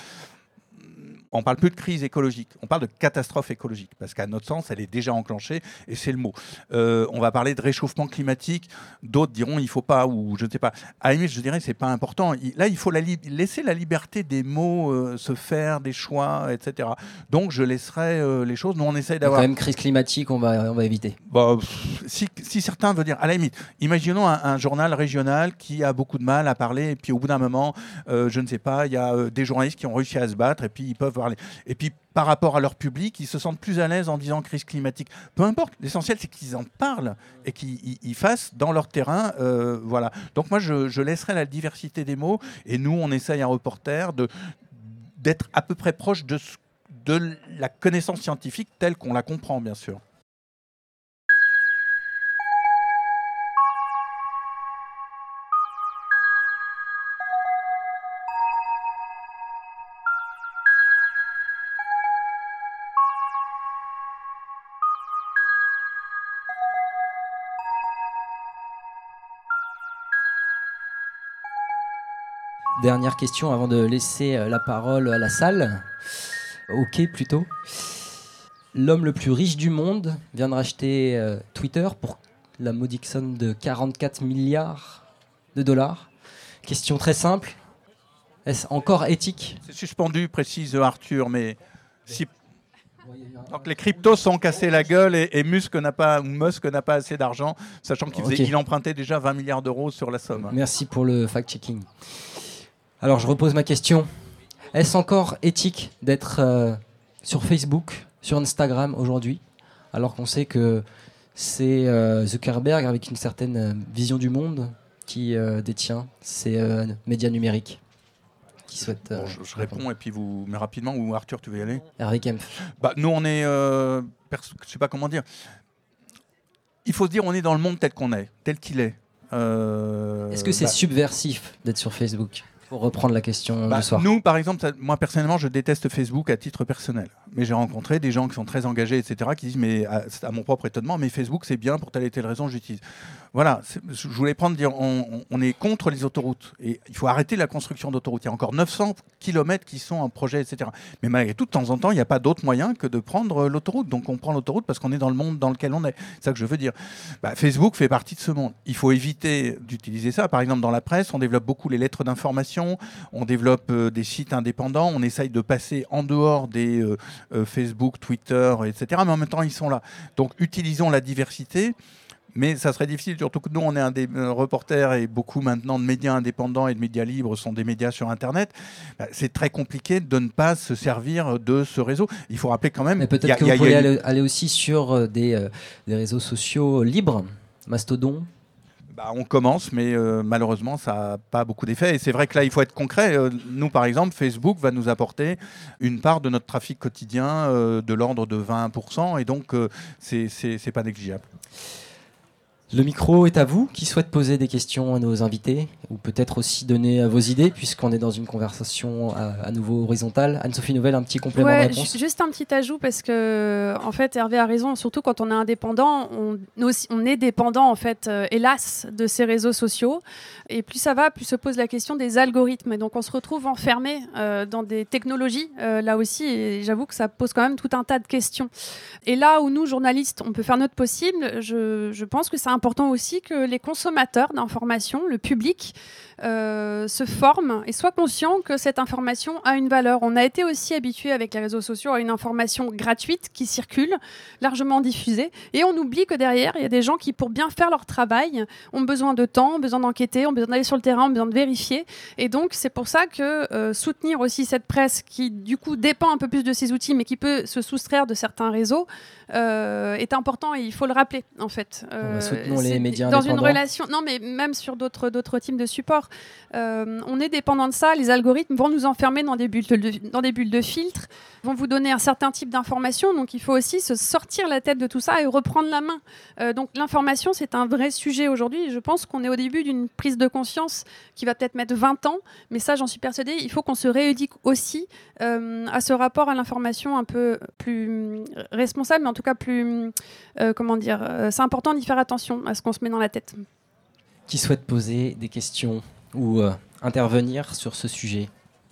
on ne parle plus de crise écologique, on parle de catastrophe écologique, parce qu'à notre sens, elle est déjà enclenchée, et c'est le mot. On va parler de réchauffement climatique, d'autres diront il ne faut pas, ou je ne sais pas. À la limite, je dirais que ce n'est pas important. Là, il faut laisser la liberté des mots se faire, des choix, etc. Donc, je laisserai les choses. Nous, on essaye d'avoir... Quand même, crise climatique, on va éviter. Bon, si certains veulent dire, à la limite, imaginons un journal régional qui a beaucoup de mal à parler, et puis au bout d'un moment, je ne sais pas, il y a des journalistes qui ont réussi à se battre, et puis ils peuvent parler. Et puis, par rapport à leur public, ils se sentent plus à l'aise en disant crise climatique. Peu importe, l'essentiel, c'est qu'ils en parlent et qu'ils fassent dans leur terrain. Voilà. Donc moi, je laisserai la diversité des mots, et nous, on essaye, un Reporter, d'être à peu près proche de la connaissance scientifique telle qu'on la comprend, bien sûr. Dernière question avant de laisser la parole à la salle. Ok, plutôt. L'homme le plus riche du monde vient de racheter Twitter pour la modique somme de 44 milliards de dollars. Question très simple. Est-ce encore éthique? C'est suspendu, précise Arthur, mais si... Donc les cryptos sont cassés la gueule, et Musk n'a pas assez d'argent, sachant qu'il empruntait déjà 20 milliards d'euros sur la somme. Merci pour le fact-checking. Alors je repose ma question. Est-ce encore éthique d'être sur Facebook, sur Instagram aujourd'hui, alors qu'on sait que c'est Zuckerberg avec une certaine vision du monde qui détient ces médias numériques qui souhaitent... je réponds, et puis mais rapidement, ou Arthur, tu veux y aller? Hervé Kempf. Nous on est... je sais pas comment dire. Il faut se dire, on est dans le monde tel qu'on est, tel qu'il est. Est-ce que c'est subversif d'être sur Facebook? Pour reprendre la question du soir. Nous, par exemple, moi personnellement, je déteste Facebook à titre personnel. Mais j'ai rencontré des gens qui sont très engagés, etc., qui disent, mais à mon propre étonnement, mais Facebook, c'est bien pour telle et telle raison, j'utilise. Voilà, je voulais dire, on est contre les autoroutes. Et il faut arrêter la construction d'autoroutes. Il y a encore 900 km qui sont en projet, etc. Mais malgré tout, de temps en temps, il n'y a pas d'autre moyen que de prendre l'autoroute. Donc on prend l'autoroute parce qu'on est dans le monde dans lequel on est. C'est ça que je veux dire. Facebook fait partie de ce monde. Il faut éviter d'utiliser ça. Par exemple, dans la presse, on développe beaucoup les lettres d'information, on développe des sites indépendants, on essaye de passer en dehors des Facebook, Twitter, etc. Mais en même temps, ils sont là. Donc utilisons la diversité. Mais ça serait difficile, surtout que nous, on est un des reporters, et beaucoup maintenant de médias indépendants et de médias libres sont des médias sur Internet. C'est très compliqué de ne pas se servir de ce réseau. Il faut rappeler quand même... Mais peut-être que vous pouvez aller aussi sur des réseaux sociaux libres, Mastodon. On commence, mais malheureusement, ça n'a pas beaucoup d'effet. Et c'est vrai que là, il faut être concret. Nous, par exemple, Facebook va nous apporter une part de notre trafic quotidien de l'ordre de 20%. Et donc, c'est pas négligeable. Le micro est à vous. Qui souhaite poser des questions à nos invités ou peut-être aussi donner vos idées puisqu'on est dans une conversation à nouveau horizontale. Anne-Sophie Nouvel, un petit complément de réponse. Juste un petit ajout parce que en fait Hervé a raison, surtout quand on est indépendant, on est dépendant en fait, hélas, de ces réseaux sociaux. Et plus ça va, plus se pose la question des algorithmes. Et donc on se retrouve enfermé dans des technologies là aussi. Et j'avoue que ça pose quand même tout un tas de questions. Et là où nous, journalistes, on peut faire notre possible, je pense que c'est important aussi que les consommateurs d'informations, le public, se forment et soient conscients que cette information a une valeur. On a été aussi habitué avec les réseaux sociaux à une information gratuite qui circule, largement diffusée. Et on oublie que derrière, il y a des gens qui, pour bien faire leur travail, ont besoin de temps, ont besoin d'enquêter, ont besoin d'aller sur le terrain, ont besoin de vérifier. Et donc, c'est pour ça que soutenir aussi cette presse qui, du coup, dépend un peu plus de ces outils, mais qui peut se soustraire de certains réseaux, est important et il faut le rappeler, en fait. Soutenons les médias dans indépendants. une relation, non, mais même sur d'autres types de supports. On est dépendant de ça. Les algorithmes vont nous enfermer dans des bulles de filtre, vont vous donner un certain type d'information. Donc, il faut aussi se sortir la tête de tout ça et reprendre la main. Donc, l'information, c'est un vrai sujet aujourd'hui. Je pense qu'on est au début d'une prise de conscience qui va peut-être mettre 20 ans. Mais ça, j'en suis persuadée. Il faut qu'on se rééduque aussi à ce rapport à l'information un peu plus responsable, mais en tout cas plus... c'est important d'y faire attention à ce qu'on se met dans la tête. Qui souhaite poser des questions ou intervenir sur ce sujet?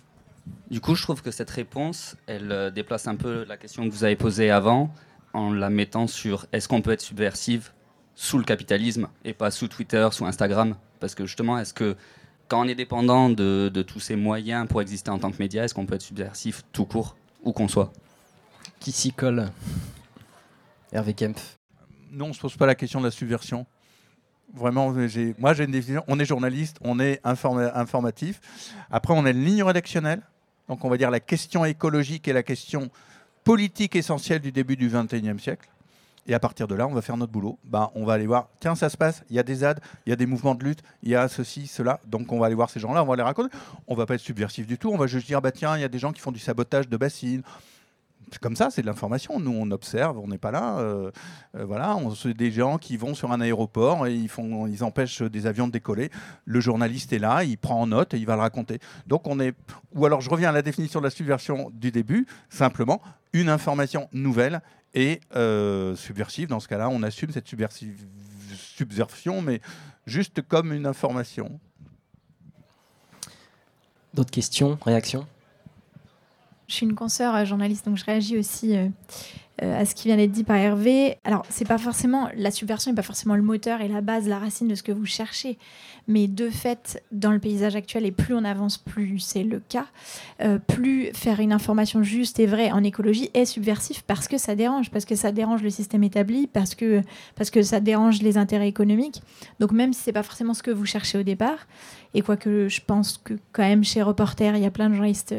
Du coup, je trouve que cette réponse, elle déplace un peu la question que vous avez posée avant en la mettant sur est-ce qu'on peut être subversif sous le capitalisme et pas sous Twitter, sous Instagram? Parce que justement, est-ce que quand on est dépendant de tous ces moyens pour exister en tant que média, est-ce qu'on peut être subversif tout court, où qu'on soit? Qui s'y colle? Hervé Kempf. Non, on ne se pose pas la question de la subversion. Vraiment, moi j'ai une définition. On est journaliste, on est informatif. Après, on a une ligne rédactionnelle. Donc, on va dire la question écologique est la question politique essentielle du début du XXIe siècle. Et à partir de là, on va faire notre boulot. On va aller voir, tiens, ça se passe, il y a des ZAD, il y a des mouvements de lutte, il y a ceci, cela. Donc, on va aller voir ces gens-là, on va les raconter. On ne va pas être subversif du tout. On va juste dire, tiens, il y a des gens qui font du sabotage de bassines. Comme ça, c'est de l'information. Nous, on observe, on n'est pas là. Voilà, c'est des gens qui vont sur un aéroport et ils empêchent des avions de décoller. Le journaliste est là, il prend en note et il va le raconter. Donc, ou alors, je reviens à la définition de la subversion du début. Simplement, une information nouvelle et subversive. Dans ce cas-là, on assume cette subversion, mais juste comme une information. D'autres questions, réactions? Je suis une consoeur journaliste, donc je réagis aussi à ce qui vient d'être dit par Hervé. Alors, c'est pas forcément, la subversion n'est pas forcément le moteur et la base, la racine de ce que vous cherchez. Mais de fait, dans le paysage actuel, et plus on avance, plus c'est le cas, plus faire une information juste et vraie en écologie est subversif parce que ça dérange le système établi, parce que ça dérange les intérêts économiques. Donc même si c'est pas forcément ce que vous cherchez au départ, et quoique je pense que quand même chez Reporter, il y a plein de journalistes...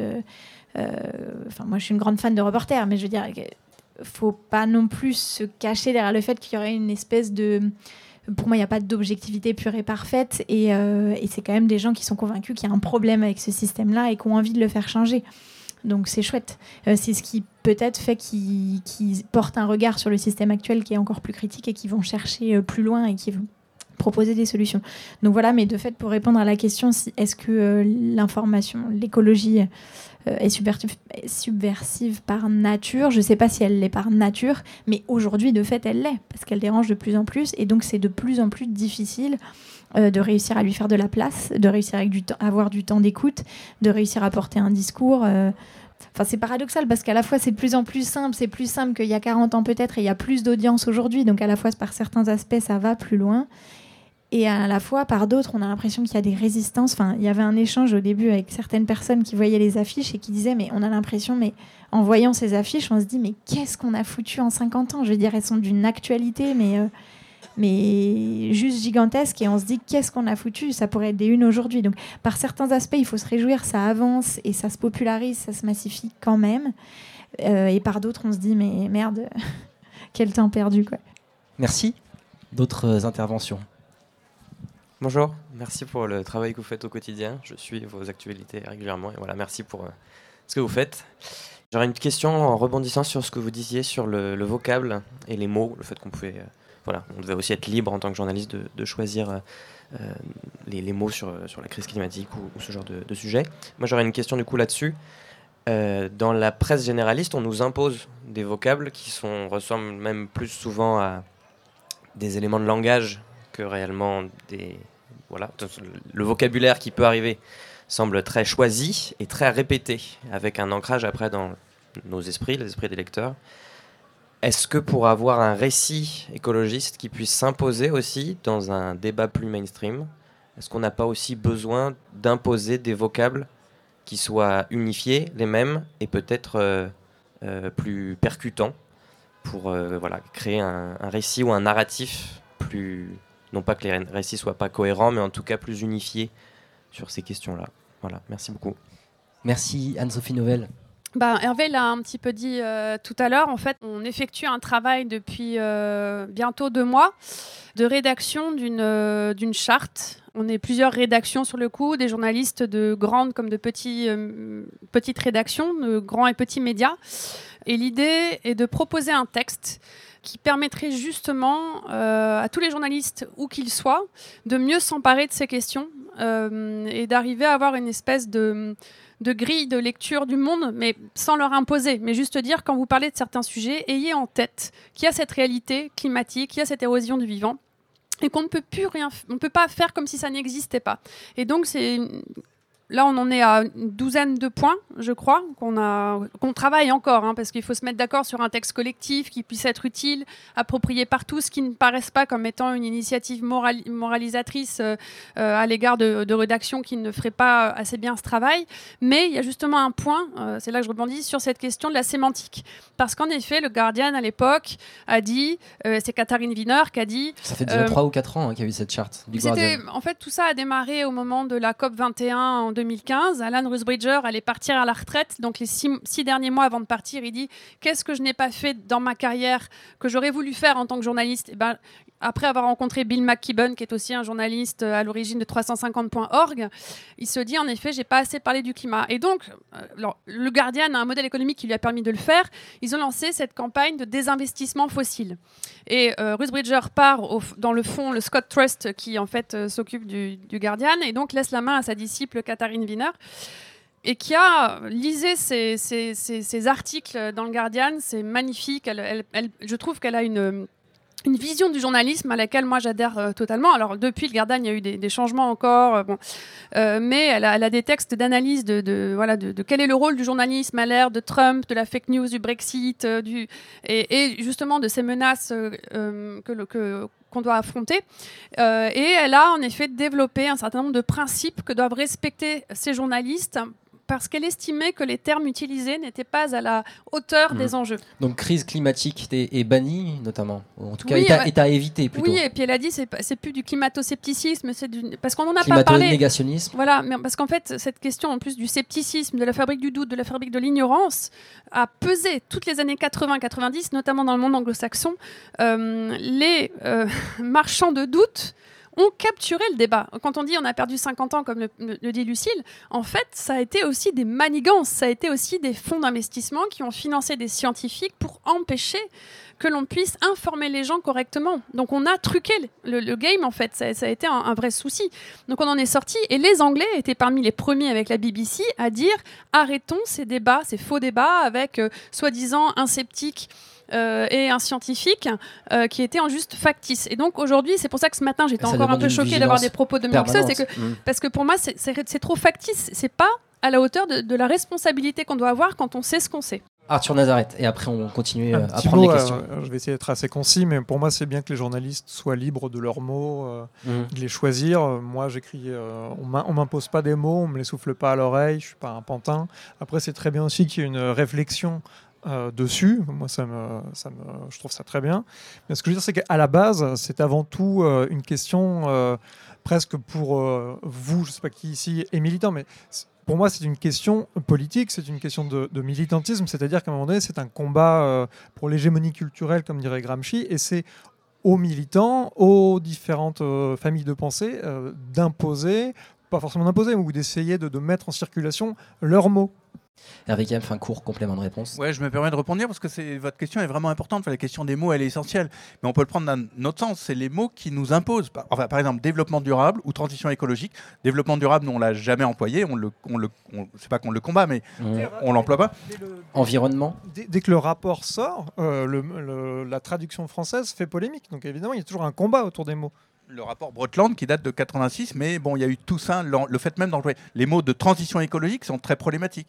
moi, je suis une grande fan de Reporter, mais je veux dire, faut pas non plus se cacher derrière le fait qu'il y aurait une espèce de... Pour moi, il n'y a pas d'objectivité pure et parfaite, et c'est quand même des gens qui sont convaincus qu'il y a un problème avec ce système-là et qui ont envie de le faire changer. Donc c'est chouette. C'est ce qui peut-être fait qu'ils portent un regard sur le système actuel qui est encore plus critique et qui vont chercher plus loin et qui vont proposer des solutions. Donc voilà, mais de fait, pour répondre à la question, est-ce que l'information, l'écologie est subversive par nature, je ne sais pas si elle l'est par nature, mais aujourd'hui, de fait, elle l'est, parce qu'elle dérange de plus en plus, et donc c'est de plus en plus difficile de réussir à lui faire de la place, de réussir à avoir du temps d'écoute, de réussir à porter un discours... Enfin, c'est paradoxal parce qu'à la fois c'est de plus en plus simple, c'est plus simple qu'il y a 40 ans peut-être, et il y a plus d'audience aujourd'hui, donc à la fois par certains aspects ça va plus loin, et à la fois par d'autres on a l'impression qu'il y a des résistances. Enfin, il y avait un échange au début avec certaines personnes qui voyaient les affiches et qui disaient mais on a l'impression, mais en voyant ces affiches on se dit mais qu'est-ce qu'on a foutu en 50 ans, je veux dire elles sont d'une actualité mais juste gigantesque, et on se dit qu'est-ce qu'on a foutu, ça pourrait être des unes aujourd'hui. Donc par certains aspects il faut se réjouir, ça avance et ça se popularise, ça se massifie quand même, et par d'autres on se dit mais merde quel temps perdu quoi. Merci. D'autres interventions? Bonjour, merci pour le travail que vous faites au quotidien, je suis vos actualités régulièrement et voilà, merci pour ce que vous faites. J'aurais une question en rebondissant sur ce que vous disiez sur le vocable et les mots, le fait qu'on pouvait voilà, on devait aussi être libre en tant que journaliste de choisir les mots sur la crise climatique ou ce genre de sujet. Moi, j'aurais une question du coup là-dessus. Dans la presse généraliste, on nous impose des vocables qui ressemblent même plus souvent à des éléments de langage que réellement le vocabulaire qui peut arriver semble très choisi et très répété, avec un ancrage après dans nos esprits, les esprits des lecteurs. Est-ce que pour avoir un récit écologiste qui puisse s'imposer aussi dans un débat plus mainstream, est-ce qu'on n'a pas aussi besoin d'imposer des vocables qui soient unifiés, les mêmes, et peut-être plus percutants pour créer un récit ou un narratif plus... Non pas que les récits soient pas cohérents, mais en tout cas plus unifiés sur ces questions-là. Voilà, merci beaucoup. Merci Anne-Sophie Novelle. Hervé l'a un petit peu dit tout à l'heure. En fait, on effectue un travail depuis bientôt 2 mois de rédaction d'une charte. On est plusieurs rédactions sur le coup, des journalistes de grandes comme de petites rédactions, de grands et petits médias. Et l'idée est de proposer un texte qui permettrait justement à tous les journalistes, où qu'ils soient, de mieux s'emparer de ces questions et d'arriver à avoir une espèce de grille de lecture du monde, mais sans leur imposer, mais juste dire, quand vous parlez de certains sujets, ayez en tête qu'il y a cette réalité climatique, qu'il y a cette érosion du vivant, et qu'on ne peut plus on ne peut pas faire comme si ça n'existait pas. Et donc là, on en est à une douzaine de points, je crois, qu'on travaille encore, parce qu'il faut se mettre d'accord sur un texte collectif qui puisse être utile, approprié par tous, qui ne paraisse pas comme étant une initiative moralisatrice à l'égard de rédactions qui ne feraient pas assez bien ce travail. Mais il y a justement un point, c'est là que je rebondis, sur cette question de la sémantique. Parce qu'en effet, le Guardian, à l'époque, a dit, c'est Katharine Wiener qui a dit... Ça fait déjà 3 ou 4 ans qu'il y a eu cette charte du Guardian. En fait, tout ça a démarré au moment de la COP21 en 2015. Alan Rusbridger allait partir à la retraite. Donc, les 6 derniers mois avant de partir, il dit « Qu'est-ce que je n'ai pas fait dans ma carrière que j'aurais voulu faire en tant que journaliste ?» Après avoir rencontré Bill McKibben, qui est aussi un journaliste à l'origine de 350.org, il se dit en effet, j'ai pas assez parlé du climat. Et donc, le Guardian a un modèle économique qui lui a permis de le faire. Ils ont lancé cette campagne de désinvestissement fossile. Et Rusbridger part dans le fond, le Scott Trust, qui en fait s'occupe du Guardian, et donc laisse la main à sa disciple Katharine Wiener, et qui a lisé ces articles dans le Guardian. C'est magnifique. Je trouve qu'elle a une vision du journalisme à laquelle moi j'adhère totalement. Alors depuis le Guardian, il y a eu des changements encore, mais elle a des textes d'analyse de quel est le rôle du journalisme à l'ère de Trump, de la fake news, du Brexit, et justement de ces menaces qu'on doit affronter. Et elle a en effet développé un certain nombre de principes que doivent respecter ces journalistes, parce qu'elle estimait que les termes utilisés n'étaient pas à la hauteur des enjeux. Donc crise climatique est bannie, notamment, ou en tout cas est à éviter plutôt. Oui, et puis elle a dit c'est plus du climato-scepticisme, parce qu'on n'en a pas parlé. Climato-négationnisme. Voilà, mais parce qu'en fait, cette question, en plus du scepticisme, de la fabrique du doute, de la fabrique de l'ignorance, a pesé toutes les années 80-90, notamment dans le monde anglo-saxon. Les marchands de doute ont capturé le débat. Quand on dit on a perdu 50 ans, comme le dit Lucille, en fait, ça a été aussi des manigances, ça a été aussi des fonds d'investissement qui ont financé des scientifiques pour empêcher que l'on puisse informer les gens correctement. Donc on a truqué le game, en fait. Ça a été un vrai souci. Donc on en est sorti, et les Anglais étaient parmi les premiers avec la BBC à dire arrêtons ces débats, ces faux débats avec soi-disant un sceptique et un scientifique qui était en juste factice. Et donc aujourd'hui, c'est pour ça que ce matin j'étais encore un peu choquée d'avoir des propos de Marxiste, parce que pour moi c'est trop factice, c'est pas à la hauteur de la responsabilité qu'on doit avoir quand on sait ce qu'on sait. Arthur Nazareth, et après on continue à prendre les questions. Je vais essayer d'être assez concis, mais pour moi c'est bien que les journalistes soient libres de leurs mots, de les choisir. Moi j'écris, on m'impose pas des mots, on me les souffle pas à l'oreille, je suis pas un pantin. Après c'est très bien aussi qu'il y ait une réflexion dessus. Moi je trouve ça très bien. Mais ce que je veux dire, c'est qu'à la base c'est avant tout une question presque pour vous, je sais pas qui ici est militant, mais pour moi, c'est une question politique, c'est une question de militantisme, c'est-à-dire qu'à un moment donné, c'est un combat pour l'hégémonie culturelle, comme dirait Gramsci, et c'est aux militants, aux différentes familles de pensée, d'imposer, pas forcément d'imposer, ou d'essayer de mettre en circulation leurs mots. Hervé Kempf, un court complément de réponse. Ouais, je me permets de répondre parce que votre question est vraiment importante. Enfin, la question des mots, elle est essentielle. Mais on peut le prendre d'un autre sens. C'est les mots qui nous imposent. Enfin, par exemple, développement durable ou transition écologique. Développement durable, nous, on l'a jamais employé. C'est pas qu'on le combat, mais on l'emploie pas. Environnement. Dès que le rapport sort, la traduction française fait polémique. Donc évidemment, il y a toujours un combat autour des mots. Le rapport Brundtland qui date de 86, mais bon, il y a eu tout ça, le fait même d'employer les mots de transition écologique sont très problématiques.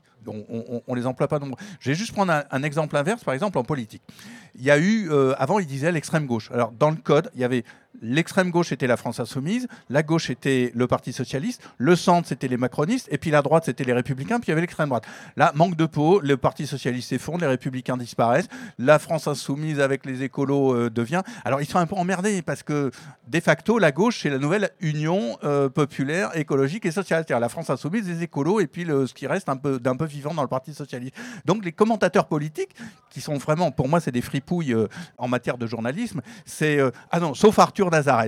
On les emploie pas nombreux. Je vais juste prendre un exemple inverse, par exemple en politique. Il y a eu, avant, il disait l'extrême gauche. Alors dans le code, il y avait l'extrême gauche était la France insoumise, la gauche était le Parti socialiste, le centre c'était les macronistes, et puis la droite c'était les républicains, puis il y avait l'extrême droite. Là, manque de peau, le Parti socialiste s'effondre, les républicains disparaissent, la France insoumise avec les écolos devient. Alors ils sont un peu emmerdés parce que de facto la gauche c'est la nouvelle union populaire, écologique et sociale, c'est-à-dire la France insoumise, les écolos et puis ce qui reste d'un peu vivant dans le Parti socialiste. Donc les commentateurs politiques qui sont vraiment, pour moi c'est des fripouilles en matière de journalisme, c'est ah non, sauf Arthur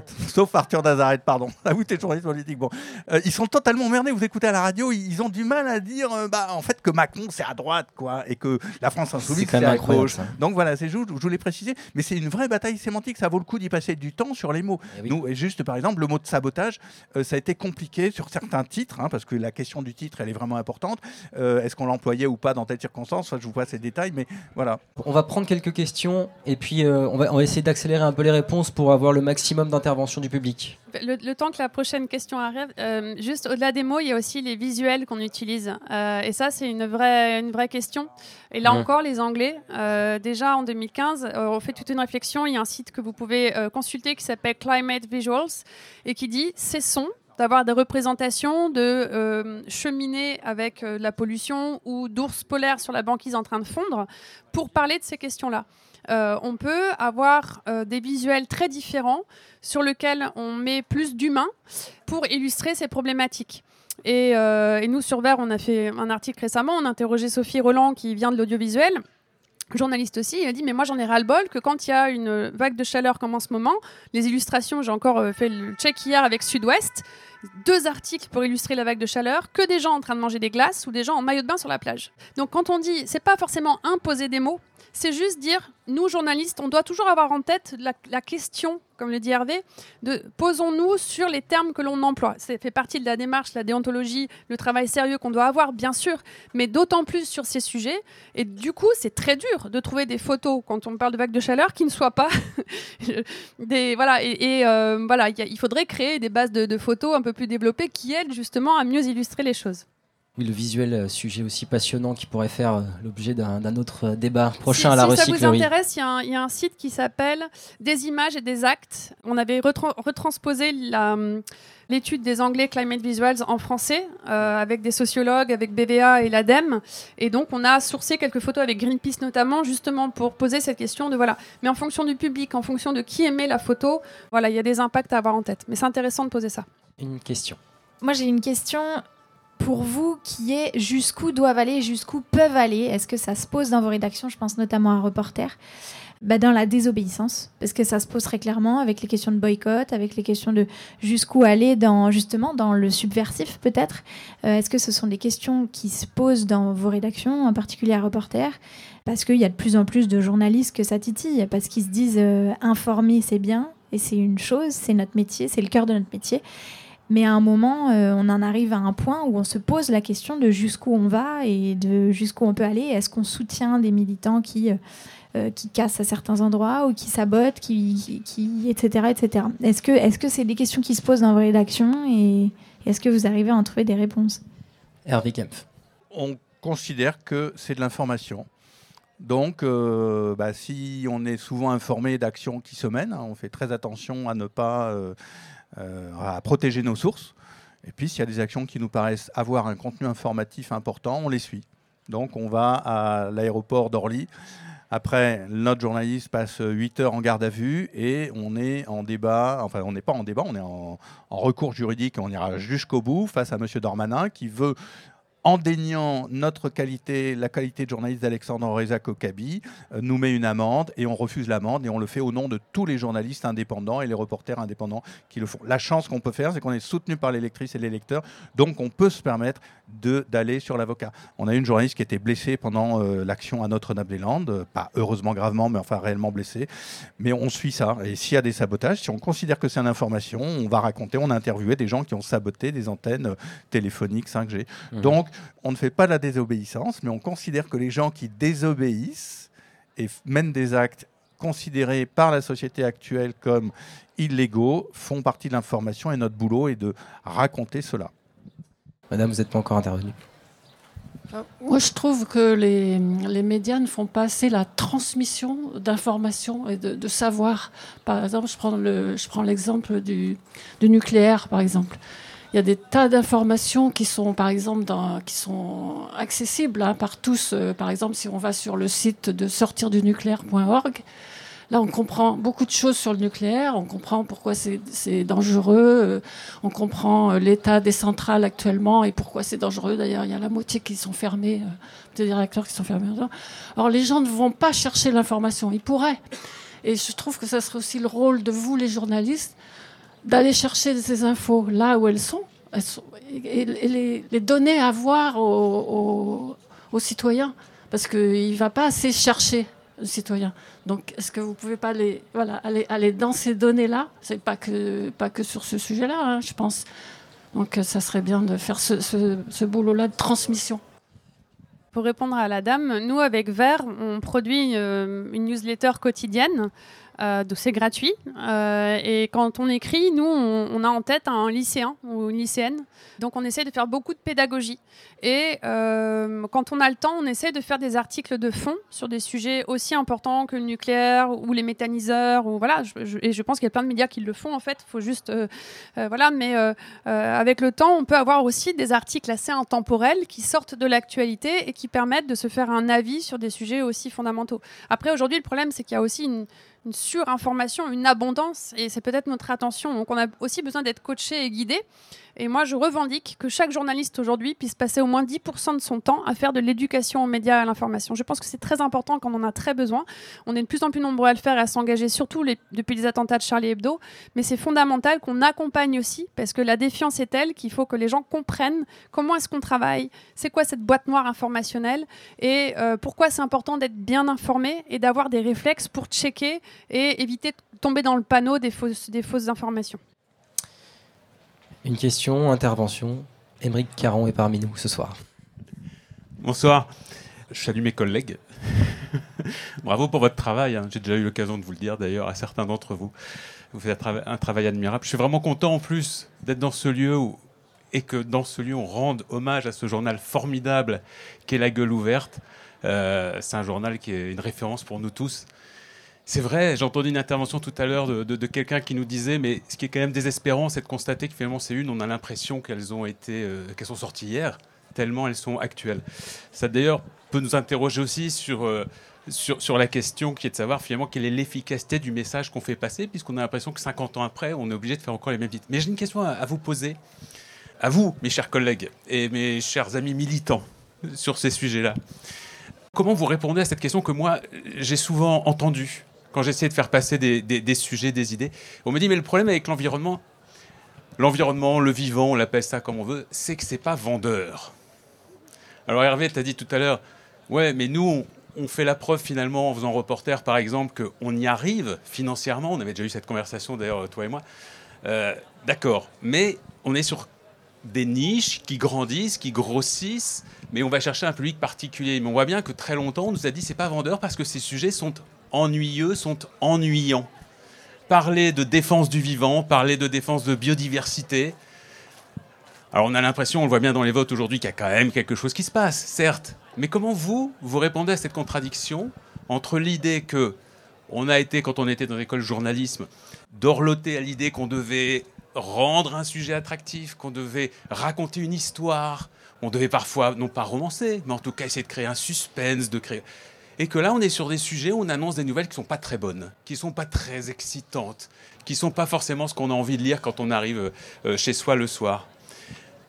Nazareth, pardon. Ah oui, t'es journaliste politique. Bon, ils sont totalement emmerdés. Vous écoutez à la radio, ils ont du mal à dire, en fait, que Macron c'est à droite, quoi, et que la France insoumise c'est à gauche. Donc voilà, je voulais préciser, mais c'est une vraie bataille sémantique. Ça vaut le coup d'y passer du temps sur les mots. Et oui. Nous, et juste par exemple, le mot de sabotage, ça a été compliqué sur certains titres, parce que la question du titre, elle est vraiment importante. Est-ce qu'on l'employait ou pas dans telle circonstance? Je vous passe ces détails, mais voilà. On va prendre quelques questions et puis on va essayer d'accélérer un peu les réponses pour avoir le maximum d'intervention du public. Le temps que la prochaine question arrive, juste au-delà des mots, il y a aussi les visuels qu'on utilise. Et ça, c'est une vraie question. Et là encore, les Anglais, déjà en 2015, ont fait toute une réflexion. Il y a un site que vous pouvez consulter qui s'appelle Climate Visuals et qui dit « Cessons d'avoir des représentations de cheminées avec la pollution ou d'ours polaires sur la banquise en train de fondre pour parler de ces questions-là. » On peut avoir des visuels très différents sur lesquels on met plus d'humain pour illustrer ces problématiques. Et nous, sur Vert, on a fait un article récemment, on a interrogé Sophie Roland qui vient de l'audiovisuel, journaliste aussi, elle a dit « mais moi j'en ai ras-le-bol que quand il y a une vague de chaleur comme en ce moment, les illustrations, j'ai encore fait le check hier avec Sud-Ouest, 2 articles pour illustrer la vague de chaleur, que des gens en train de manger des glaces ou des gens en maillot de bain sur la plage. » Donc quand on dit, c'est pas forcément imposer des mots, c'est juste dire, nous journalistes, on doit toujours avoir en tête la question, comme le dit Hervé, de posons-nous sur les termes que l'on emploie. Ça fait partie de la démarche, la déontologie, le travail sérieux qu'on doit avoir, bien sûr, mais d'autant plus sur ces sujets. Et du coup, c'est très dur de trouver des photos, quand on parle de vague de chaleur, qui ne soient pas des... Voilà, voilà, il faudrait créer des bases de photos un peu plus développées qui aident justement à mieux illustrer les choses. Oui, le visuel, sujet aussi passionnant qui pourrait faire l'objet d'un autre débat prochain à la recyclerie. Si ça vous intéresse, il y a un site qui s'appelle Des images et des actes. On avait retransposé l'étude des Anglais Climate Visuals en français avec des sociologues, avec BVA et l'ADEME. Et donc, on a sourcé quelques photos avec Greenpeace notamment, justement pour poser cette question de voilà. Mais en fonction du public, en fonction de qui aimait la photo, voilà, il y a des impacts à avoir en tête. Mais c'est intéressant de poser ça. Une question. Moi, j'ai une question pour vous qui est jusqu'où doivent aller, jusqu'où peuvent aller. Est-ce que ça se pose dans vos rédactions? Je pense notamment à Reporter. Dans la désobéissance, parce que ça se pose très clairement avec les questions de boycott, avec les questions de jusqu'où aller dans le subversif peut-être. Est-ce que ce sont des questions qui se posent dans vos rédactions, en particulier à Reporter? Parce qu'il y a de plus en plus de journalistes que ça titille, parce qu'ils se disent informer c'est bien, et c'est une chose, c'est notre métier, c'est le cœur de notre métier. Mais à un moment, on en arrive à un point où on se pose la question de jusqu'où on va et de jusqu'où on peut aller. Est-ce qu'on soutient des militants qui cassent à certains endroits ou qui sabotent, etc., etc. Est-ce que c'est des questions qui se posent dans vos rédactions et est-ce que vous arrivez à en trouver des réponses? Hervé Kempf. On considère que c'est de l'information. Donc, si on est souvent informé d'actions qui se mènent, on fait très attention à ne pas... à protéger nos sources. Et puis, s'il y a des actions qui nous paraissent avoir un contenu informatif important, on les suit. Donc, on va à l'aéroport d'Orly. Après, notre journaliste passe 8 heures en garde à vue et on est en débat, enfin, on n'est pas en débat, on est en recours juridique, on ira jusqu'au bout face à M. Darmanin qui veut en déniant notre qualité, la qualité de journaliste d'Alexandre Reza Kokabi, nous met une amende et on refuse l'amende et on le fait au nom de tous les journalistes indépendants et les reporters indépendants qui le font. La chance qu'on peut faire, c'est qu'on est soutenu par les lectrices et les lecteurs, donc on peut se permettre d'aller sur l'avocat. On a eu une journaliste qui était blessée pendant l'action à Notre-Dame-des-Landes, pas heureusement gravement, mais enfin réellement blessée. Mais on suit ça. Et s'il y a des sabotages, si on considère que c'est une information, on va raconter, on a interviewé des gens qui ont saboté des antennes téléphoniques 5G. Donc, on ne fait pas de la désobéissance, mais on considère que les gens qui désobéissent et mènent des actes considérés par la société actuelle comme illégaux font partie de l'information et notre boulot est de raconter cela. Madame, vous n'êtes pas encore intervenue. Moi, je trouve que les médias ne font pas assez la transmission d'informations et de savoir. Par exemple, je prends l'exemple du nucléaire, par exemple. Il y a des tas d'informations qui sont, par exemple, qui sont accessibles par tous. Par exemple, si on va sur le site de sortirdunucléaire.org, là, on comprend beaucoup de choses sur le nucléaire. On comprend pourquoi c'est dangereux. On comprend l'état des centrales actuellement et pourquoi c'est dangereux. D'ailleurs, il y a la moitié qui sont fermées, des réacteurs qui sont fermés. Alors, les gens ne vont pas chercher l'information. Ils pourraient. Et je trouve que ça serait aussi le rôle de vous, les journalistes, d'aller chercher ces infos là où elles sont et les donner à voir aux citoyens, parce qu'il ne va pas assez chercher le citoyen. Donc, est-ce que vous ne pouvez pas aller dans ces données-là ? Ce n'est pas que sur ce sujet-là, je pense. Donc, ça serait bien de faire ce boulot-là de transmission. Pour répondre à la dame, nous, avec Vert, on produit une newsletter quotidienne. Donc c'est gratuit. Et quand on écrit, nous, on a en tête un lycéen ou une lycéenne. Donc on essaie de faire beaucoup de pédagogie. Et quand on a le temps, on essaie de faire des articles de fond sur des sujets aussi importants que le nucléaire ou les méthaniseurs. Ou, voilà, et je pense qu'il y a plein de médias qui le font, en fait. Il faut juste... voilà, mais avec le temps, on peut avoir aussi des articles assez intemporels qui sortent de l'actualité et qui permettent de se faire un avis sur des sujets aussi fondamentaux. Après, aujourd'hui, le problème, c'est qu'il y a aussi une surinformation, une abondance, et c'est peut-être notre attention. Donc on a aussi besoin d'être coaché et guidé. Et moi, je revendique que chaque journaliste aujourd'hui puisse passer au moins 10% de son temps à faire de l'éducation aux médias et à l'information. Je pense que c'est très important, qu'on en a très besoin. On est de plus en plus nombreux à le faire et à s'engager, surtout depuis les attentats de Charlie Hebdo. Mais c'est fondamental qu'on accompagne aussi, parce que la défiance est telle qu'il faut que les gens comprennent comment est-ce qu'on travaille, c'est quoi cette boîte noire informationnelle, et pourquoi c'est important d'être bien informé et d'avoir des réflexes pour checker et éviter de tomber dans le panneau des fausses informations. Une question, intervention. Aymeric Caron est parmi nous ce soir. Bonsoir. Je salue mes collègues. Bravo pour votre travail. J'ai déjà eu l'occasion de vous le dire d'ailleurs à certains d'entre vous. Vous faites un travail admirable. Je suis vraiment content en plus d'être dans ce lieu et que dans ce lieu on rende hommage à ce journal formidable qu'est La Gueule Ouverte. C'est un journal qui est une référence pour nous tous. C'est vrai, j'ai entendu une intervention tout à l'heure de quelqu'un qui nous disait, mais ce qui est quand même désespérant, c'est de constater que finalement on a l'impression qu'elles sont sorties hier, tellement elles sont actuelles. Ça d'ailleurs peut nous interroger aussi sur la question qui est de savoir finalement quelle est l'efficacité du message qu'on fait passer, puisqu'on a l'impression que 50 ans après, on est obligé de faire encore les mêmes titres. Mais j'ai une question à vous poser, à vous, mes chers collègues et mes chers amis militants sur ces sujets-là. Comment vous répondez à cette question que moi, j'ai souvent entendue quand j'essaie de faire passer des sujets, des idées? On me dit, mais le problème avec l'environnement, le vivant, on l'appelle ça comme on veut, c'est que c'est pas vendeur. Alors Hervé, tu as dit tout à l'heure, ouais, mais nous, on fait la preuve finalement en faisant reporter, par exemple, qu'on y arrive financièrement. On avait déjà eu cette conversation d'ailleurs, toi et moi. D'accord, mais on est sur des niches qui grandissent, qui grossissent, mais on va chercher un public particulier. Mais on voit bien que très longtemps, on nous a dit c'est pas vendeur parce que ces sujets sont ennuyeux, sont ennuyants. Parler de défense du vivant, parler de défense de biodiversité. Alors on a l'impression, on le voit bien dans les votes aujourd'hui, qu'il y a quand même quelque chose qui se passe, certes. Mais comment vous répondez à cette contradiction entre l'idée que on a été, quand on était dans l'école de journalisme, dorloté à l'idée qu'on devait rendre un sujet attractif, qu'on devait raconter une histoire, on devait parfois, non pas romancer, mais en tout cas essayer de créer un suspense, et que là on est sur des sujets où on annonce des nouvelles qui sont pas très bonnes, qui sont pas très excitantes, qui sont pas forcément ce qu'on a envie de lire quand on arrive chez soi le soir.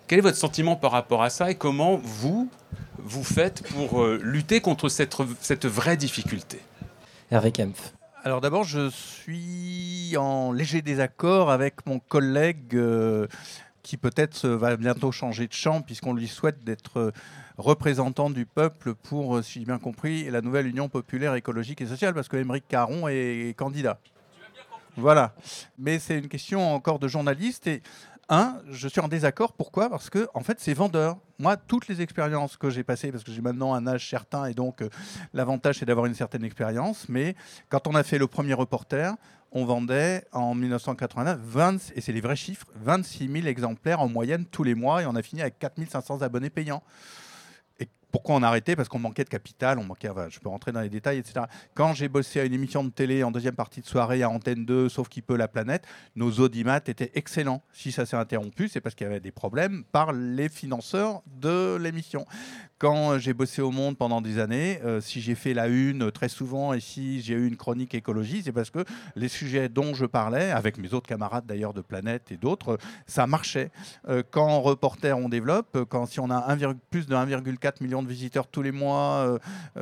Quel est votre sentiment par rapport à ça et comment vous faites pour lutter contre cette vraie difficulté? Hervé Kempf. Alors d'abord, je suis en léger désaccord avec mon collègue qui peut-être va bientôt changer de champ puisqu'on lui souhaite d'être représentant du peuple pour, si j'ai bien compris, la nouvelle Union populaire écologique et sociale parce que Aymeric Caron est candidat. Voilà. Mais c'est une question encore de journaliste et je suis en désaccord. Pourquoi ? Parce que, en fait, c'est vendeur. Moi, toutes les expériences que j'ai passées, parce que j'ai maintenant un âge certain et donc l'avantage, c'est d'avoir une certaine expérience. Mais quand on a fait le premier reporter, on vendait en 1989, et c'est les vrais chiffres, 26 000 exemplaires en moyenne tous les mois et on a fini avec 4 500 abonnés payants. Pourquoi on a arrêté ? Parce qu'on manquait de capital, je peux rentrer dans les détails, etc. Quand j'ai bossé à une émission de télé en deuxième partie de soirée à Antenne 2, sauf qui peut la planète, nos audimat étaient excellents. Si ça s'est interrompu, c'est parce qu'il y avait des problèmes par les financeurs de l'émission. Quand j'ai bossé au Monde pendant des années, si j'ai fait la une très souvent et si j'ai eu une chronique écologie, c'est parce que les sujets dont je parlais, avec mes autres camarades d'ailleurs de Planète et d'autres, ça marchait. Quand reporter on développe, si on a plus de 1,4 million de visiteurs tous les mois,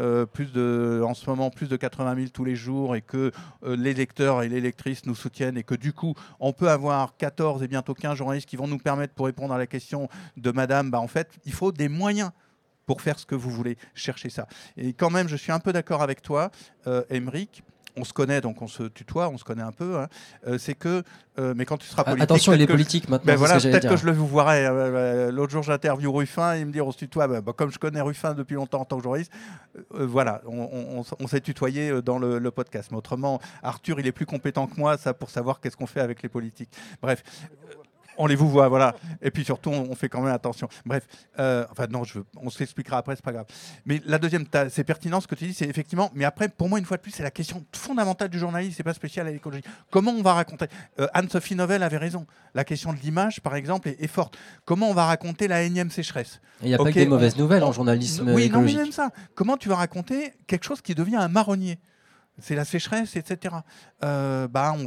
en ce moment plus de 80 000 tous les jours et que les lecteurs et les lectrices nous soutiennent et que du coup on peut avoir 14 et bientôt 15 journalistes qui vont nous permettre pour répondre à la question de madame, en fait il faut des moyens pour faire ce que vous voulez, chercher ça. Et quand même, je suis un peu d'accord avec toi, Aymeric. On se connaît, donc on se tutoie, on se connaît un peu. C'est que, mais quand tu seras politique... Attention, il est politique maintenant. Voilà, peut-être que je le vous verrai. L'autre jour, j'interviewe Ruffin, il me dit on se tutoie. Comme je connais Ruffin depuis longtemps en tant que journaliste, voilà, on s'est tutoyé dans le podcast. Mais autrement, Arthur, il est plus compétent que moi ça, pour savoir qu'est-ce qu'on fait avec les politiques. Bref. On les vous voit, voilà. Et puis surtout, on fait quand même attention. Bref, on s'expliquera après, c'est pas grave. Mais la deuxième, c'est pertinent ce que tu dis, c'est effectivement. Mais après, pour moi, une fois de plus, c'est la question fondamentale du journalisme, c'est pas spécial à l'écologie. Comment on va raconter Anne-Sophie Novelle avait raison. La question de l'image, par exemple, est forte. Comment on va raconter la énième sécheresse ? Il n'y a pas que des mauvaises nouvelles en journalisme écologique. Non, mais même ça. Comment tu vas raconter quelque chose qui devient un marronnier ? C'est la sécheresse, etc. On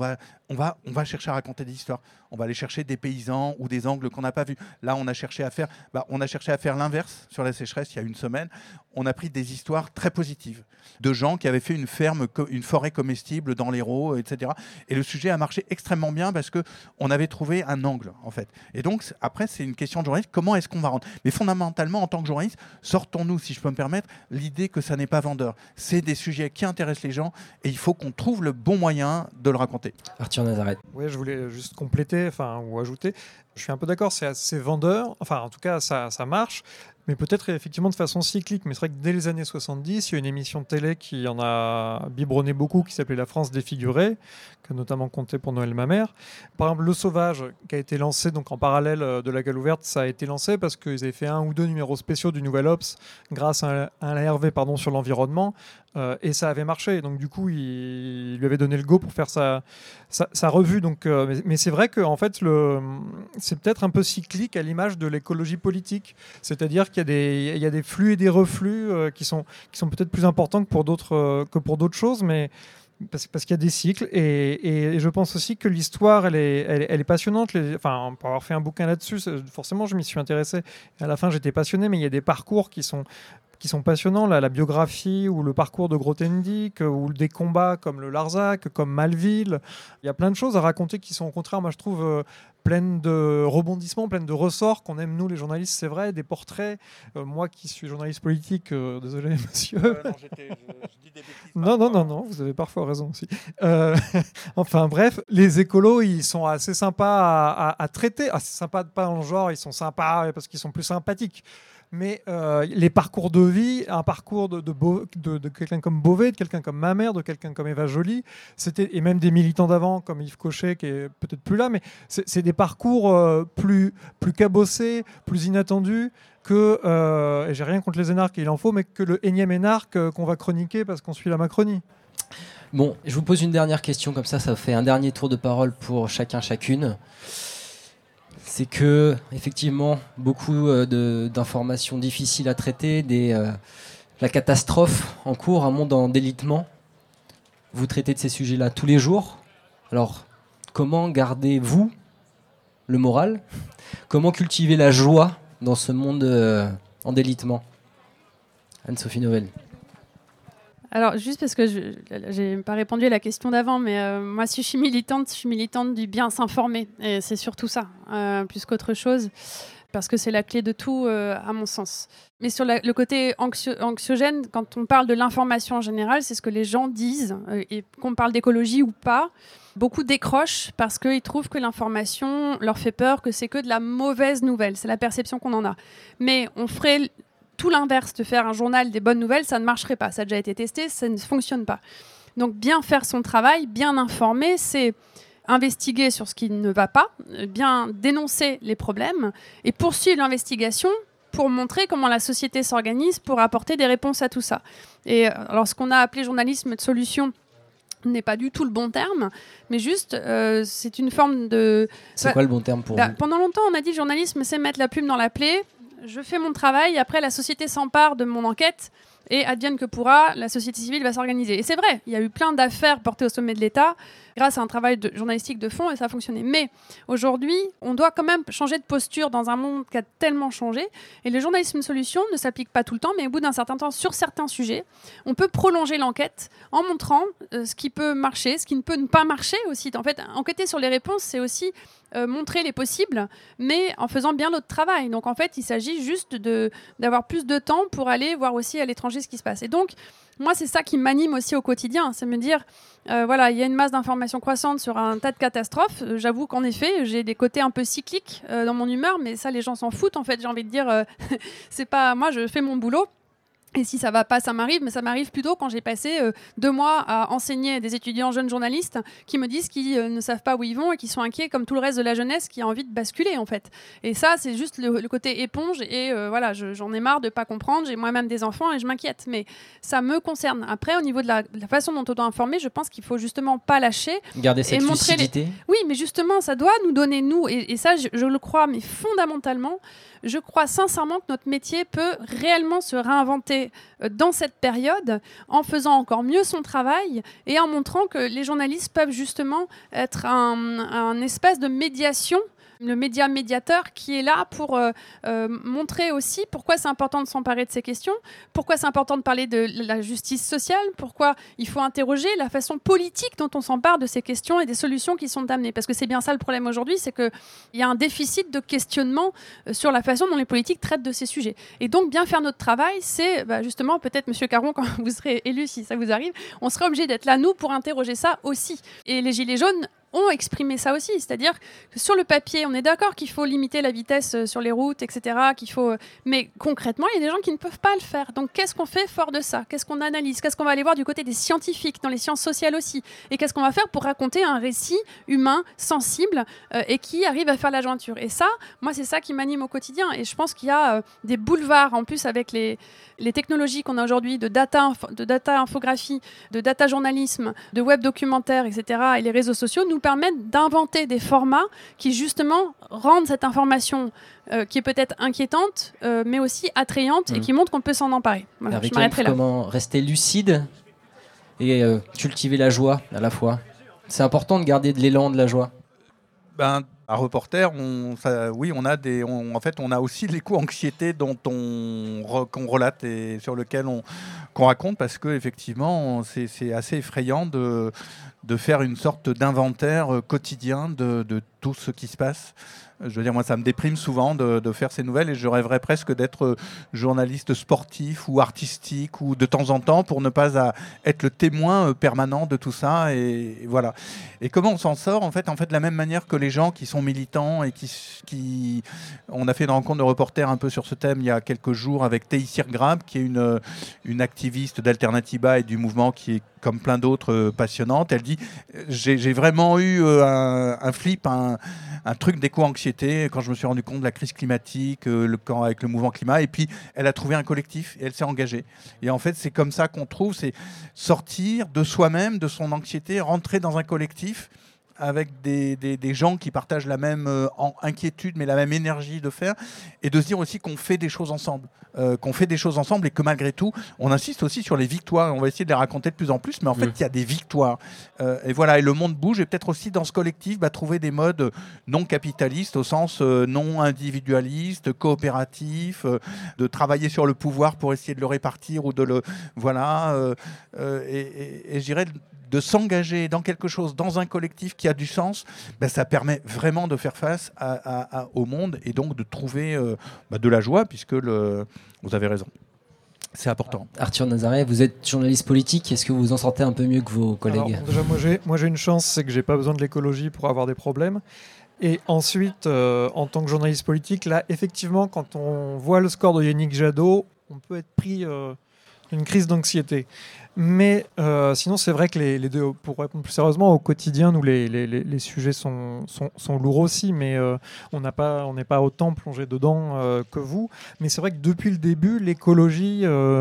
va chercher à raconter des histoires. On va aller chercher des paysans ou des angles qu'on n'a pas vus. Là, on a cherché à faire l'inverse sur la sécheresse il y a une semaine. On a pris des histoires très positives de gens qui avaient fait une forêt comestible dans l'Hérault, etc. Et le sujet a marché extrêmement bien parce qu'on avait trouvé un angle, en fait. Et donc, après, c'est une question de journaliste. Comment est-ce qu'on va rendre ? Mais fondamentalement, en tant que journaliste, sortons-nous, si je peux me permettre, l'idée que ça n'est pas vendeur. C'est des sujets qui intéressent les gens et il faut qu'on trouve le bon moyen de le raconter. Arthur Nazareth. Oui, je voulais juste compléter ou ajouter. Je suis un peu d'accord, c'est assez vendeur. Enfin, en tout cas, ça marche. Mais peut-être effectivement de façon cyclique. Mais c'est vrai que dès les années 70, il y a une émission de télé qui en a biberonné beaucoup, qui s'appelait La France défigurée, qui a notamment compté pour Noël ma mère. Par exemple, Le Sauvage, qui a été lancé donc en parallèle de La Gueule ouverte, ça a été lancé parce qu'ils avaient fait 1 ou 2 numéros spéciaux du Nouvel Obs grâce à un ARV sur l'environnement. Et ça avait marché. Donc du coup, il lui avait donné le go pour faire sa revue. Donc, mais c'est vrai que en fait, c'est peut-être un peu cyclique à l'image de l'écologie politique. C'est-à-dire qu'il y a des flux et des reflux qui sont peut-être plus importants que pour d'autres choses, mais parce qu'il y a des cycles. Et je pense aussi que l'histoire, elle est passionnante. Pour avoir fait un bouquin là-dessus, forcément, je m'y suis intéressé. Et à la fin, j'étais passionné, mais il y a des parcours qui sont passionnants, la biographie ou le parcours de Grothendieck ou des combats comme le Larzac, comme Malville. Il y a plein de choses à raconter qui sont au contraire, moi je trouve, pleines de rebondissements, pleines de ressorts qu'on aime nous les journalistes, c'est vrai, des portraits. Moi qui suis journaliste politique, désolé monsieur. Non, je dis des bêtises. Non, vous avez parfois raison aussi. Enfin bref, les écolos, ils sont assez sympas à traiter. C'est sympa pas dans le genre, ils sont sympas parce qu'ils sont plus sympathiques. Mais les parcours de vie, un parcours de quelqu'un comme Beauvais, de quelqu'un comme ma mère, de quelqu'un comme Eva Joly, et même des militants d'avant comme Yves Cochet qui est peut-être plus là, mais c'est des parcours plus cabossés, plus inattendus que, et j'ai rien contre les énarques, il en faut, mais que le énième énarque qu'on va chroniquer parce qu'on suit la Macronie. Bon, je vous pose une dernière question, comme ça fait un dernier tour de parole pour chacune. C'est que, effectivement, beaucoup d'informations difficiles à traiter, la catastrophe en cours, un monde en délitement. Vous traitez de ces sujets-là tous les jours. Alors, comment gardez-vous le moral. Comment cultiver la joie dans ce monde en délitement? Anne-Sophie Novelle. Alors, juste parce que je n'ai pas répondu à la question d'avant, mais moi, si je suis militante du bien s'informer. Et c'est surtout ça, plus qu'autre chose, parce que c'est la clé de tout, à mon sens. Mais sur le côté anxiogène, quand on parle de l'information en général, c'est ce que les gens disent, et qu'on parle d'écologie ou pas, beaucoup décrochent parce qu'ils trouvent que l'information leur fait peur, que c'est que de la mauvaise nouvelle. C'est la perception qu'on en a. Mais on ferait tout l'inverse, de faire un journal des bonnes nouvelles, ça ne marcherait pas. Ça a déjà été testé, ça ne fonctionne pas. Donc bien faire son travail, bien informer, c'est investiguer sur ce qui ne va pas, bien dénoncer les problèmes et poursuivre l'investigation pour montrer comment la société s'organise pour apporter des réponses à tout ça. Et alors ce qu'on a appelé journalisme de solution n'est pas du tout le bon terme, mais juste, c'est une forme de... C'est quoi le bon terme pour vous? Pendant longtemps, on a dit le journalisme, c'est mettre la plume dans la plaie. Je fais mon travail, après la société s'empare de mon enquête et advienne que pourra, la société civile va s'organiser. Et c'est vrai, il y a eu plein d'affaires portées au sommet de l'État grâce à un travail journalistique de fond et ça a fonctionné. Mais aujourd'hui, on doit quand même changer de posture dans un monde qui a tellement changé. Et le journalisme de solution ne s'applique pas tout le temps, mais au bout d'un certain temps, sur certains sujets, on peut prolonger l'enquête en montrant ce qui peut marcher, ce qui ne peut ne pas marcher aussi. En fait, enquêter sur les réponses, c'est aussi montrer les possibles, mais en faisant bien notre travail. Donc en fait, il s'agit juste d'avoir plus de temps pour aller voir aussi à l'étranger ce qui se passe. Et donc, moi, c'est ça qui m'anime aussi au quotidien, c'est me dire, voilà, il y a une masse d'informations croissante sur un tas de catastrophes. J'avoue qu'en effet, j'ai des côtés un peu cycliques dans mon humeur, mais ça, les gens s'en foutent. En fait, j'ai envie de dire, c'est pas moi, je fais mon boulot. Et si ça va pas, ça m'arrive, mais ça m'arrive plutôt quand j'ai passé 2 mois à enseigner des étudiants jeunes journalistes qui me disent qu'ils ne savent pas où ils vont et qui sont inquiets comme tout le reste de la jeunesse qui a envie de basculer en fait. Et ça, c'est juste le côté éponge et voilà, j'en ai marre de pas comprendre, j'ai moi-même des enfants et je m'inquiète, mais ça me concerne. Après, au niveau de la façon dont on doit informer, je pense qu'il faut justement pas lâcher. Garder cette lucidité. Oui, mais justement, ça doit nous donner, nous, et ça, je le crois, mais fondamentalement, je crois sincèrement que notre métier peut réellement se réinventer dans cette période en faisant encore mieux son travail et en montrant que les journalistes peuvent justement être un espace de médiation, le média médiateur qui est là pour montrer aussi pourquoi c'est important de s'emparer de ces questions, pourquoi c'est important de parler de la justice sociale, pourquoi il faut interroger la façon politique dont on s'empare de ces questions et des solutions qui sont amenées. Parce que c'est bien ça le problème aujourd'hui, c'est qu'il y a un déficit de questionnement sur la façon dont les politiques traitent de ces sujets. Et donc bien faire notre travail, c'est justement peut-être Monsieur Caron, quand vous serez élu, si ça vous arrive, on sera obligé d'être là, nous, pour interroger ça aussi. Et les Gilets jaunes ont exprimé ça aussi, c'est-à-dire que sur le papier, on est d'accord qu'il faut limiter la vitesse sur les routes, etc. Mais concrètement, il y a des gens qui ne peuvent pas le faire. Donc qu'est-ce qu'on fait fort de ça? Qu'est-ce qu'on analyse? Qu'est-ce qu'on va aller voir du côté des scientifiques, dans les sciences sociales aussi? Et qu'est-ce qu'on va faire pour raconter un récit humain, sensible, et qui arrive à faire la jointure? Et ça, moi, c'est ça qui m'anime au quotidien. Et je pense qu'il y a des boulevards, en plus, avec les technologies qu'on a aujourd'hui, de data infographie, de data journalisme, de web documentaire, etc. Et les réseaux sociaux nous permettent d'inventer des formats qui justement rendent cette information qui est peut-être inquiétante, mais aussi attrayante et qui montre qu'on peut s'en emparer. Voilà, je m'arrêterai là. Comment rester lucide et cultiver la joie à la fois? C'est important de garder de l'élan, de la joie. Un reporter, on a aussi l'éco-anxiété qu'on relate et sur lequel qu'on raconte, parce que effectivement c'est assez effrayant de faire une sorte d'inventaire quotidien de tout ce qui se passe. Je veux dire, moi, ça me déprime souvent de faire ces nouvelles et je rêverais presque d'être journaliste sportif ou artistique ou de temps en temps pour ne pas être le témoin permanent de tout ça. Et voilà. Et comment on s'en sort en fait, de la même manière que les gens qui sont militants et qui... On a fait une rencontre de reporters un peu sur ce thème il y a quelques jours avec Taïsir Grab, qui est une activiste d'Alternativa et du mouvement qui est, comme plein d'autres, passionnante. Elle dit, j'ai vraiment eu un flip, un truc d'éco-anxiété quand je me suis rendu compte de la crise climatique, avec le mouvement climat. Et puis, elle a trouvé un collectif et elle s'est engagée. Et en fait, c'est comme ça qu'on trouve, c'est sortir de soi-même, de son anxiété, rentrer dans un collectif avec des gens qui partagent la même inquiétude, mais la même énergie de faire, et de se dire aussi qu'on fait des choses ensemble. Et que malgré tout, on insiste aussi sur les victoires. On va essayer de les raconter de plus en plus, mais en fait, il y a des victoires. Et voilà, et le monde bouge, et peut-être aussi dans ce collectif, trouver des modes non capitalistes, au sens non individualiste, coopératif, de travailler sur le pouvoir pour essayer de le répartir ou de le... Voilà. Et je dirais de s'engager dans quelque chose, dans un collectif qui a du sens, ça permet vraiment de faire face au monde et donc de trouver de la joie, puisque vous avez raison. C'est important. Arthur Nazaret, vous êtes journaliste politique. Est-ce que vous vous en sortez un peu mieux que vos collègues ? Alors, déjà, moi j'ai une chance, c'est que j'ai pas besoin de l'écologie pour avoir des problèmes. Et ensuite, en tant que journaliste politique, là, effectivement, quand on voit le score de Yannick Jadot, on peut être pris d'une crise d'anxiété. Mais sinon, c'est vrai que les deux, pour répondre plus sérieusement, au quotidien, nous, les sujets sont lourds aussi, mais on n'est pas autant plongé dedans que vous. Mais c'est vrai que depuis le début, l'écologie,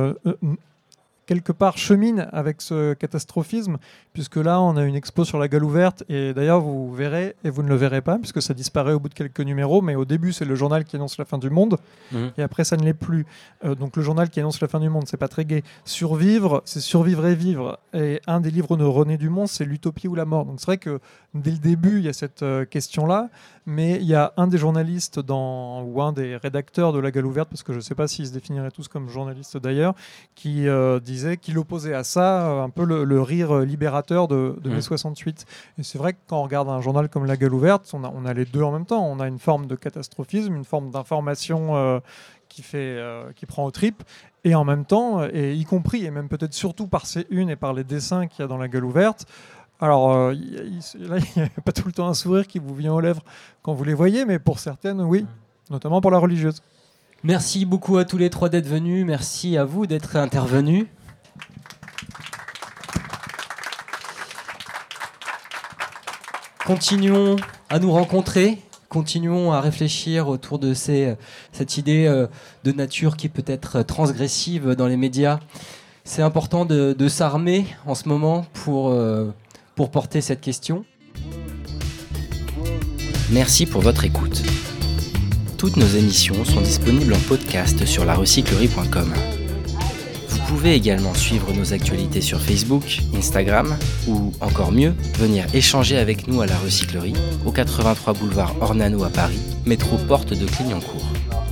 quelque part, chemine avec ce catastrophisme, puisque là, on a une expo sur la Gueule ouverte, et d'ailleurs, vous verrez, et vous ne le verrez pas, puisque ça disparaît au bout de quelques numéros, mais au début, c'est le journal qui annonce la fin du monde, et après, ça ne l'est plus. Donc, le journal qui annonce la fin du monde, c'est pas très gai. Survivre, c'est survivre et vivre. Et un des livres de René Dumont, c'est l'utopie ou la mort. Donc, c'est vrai que dès le début, il y a cette question-là, mais il y a un des journalistes ou un des rédacteurs de la Gueule ouverte, parce que je ne sais pas s'ils se définiraient tous comme journalistes d'ailleurs, qui disait qu'il opposait à ça un peu le rire libérateur de mai 68. Et c'est vrai que quand on regarde un journal comme la Gueule ouverte, on a les deux en même temps. On a une forme de catastrophisme, une forme d'information qui prend aux tripes, et en même temps, et y compris, et même peut-être surtout par ces unes et par les dessins qu'il y a dans la Gueule ouverte. Alors, là, il n'y a pas tout le temps un sourire qui vous vient aux lèvres quand vous les voyez, mais pour certaines, oui, notamment pour la religieuse. Merci beaucoup à tous les trois d'être venus. Merci à vous d'être intervenus. Continuons à nous rencontrer. Continuons à réfléchir autour de cette idée de nature qui peut être transgressive dans les médias. C'est important de s'armer en ce moment pour porter cette question. Merci pour votre écoute. Toutes nos émissions sont disponibles en podcast sur larecyclerie.com. Vous pouvez également suivre nos actualités sur Facebook, Instagram ou, encore mieux, venir échanger avec nous à la Recyclerie, au 83 boulevard Ornano à Paris, métro porte de Clignancourt.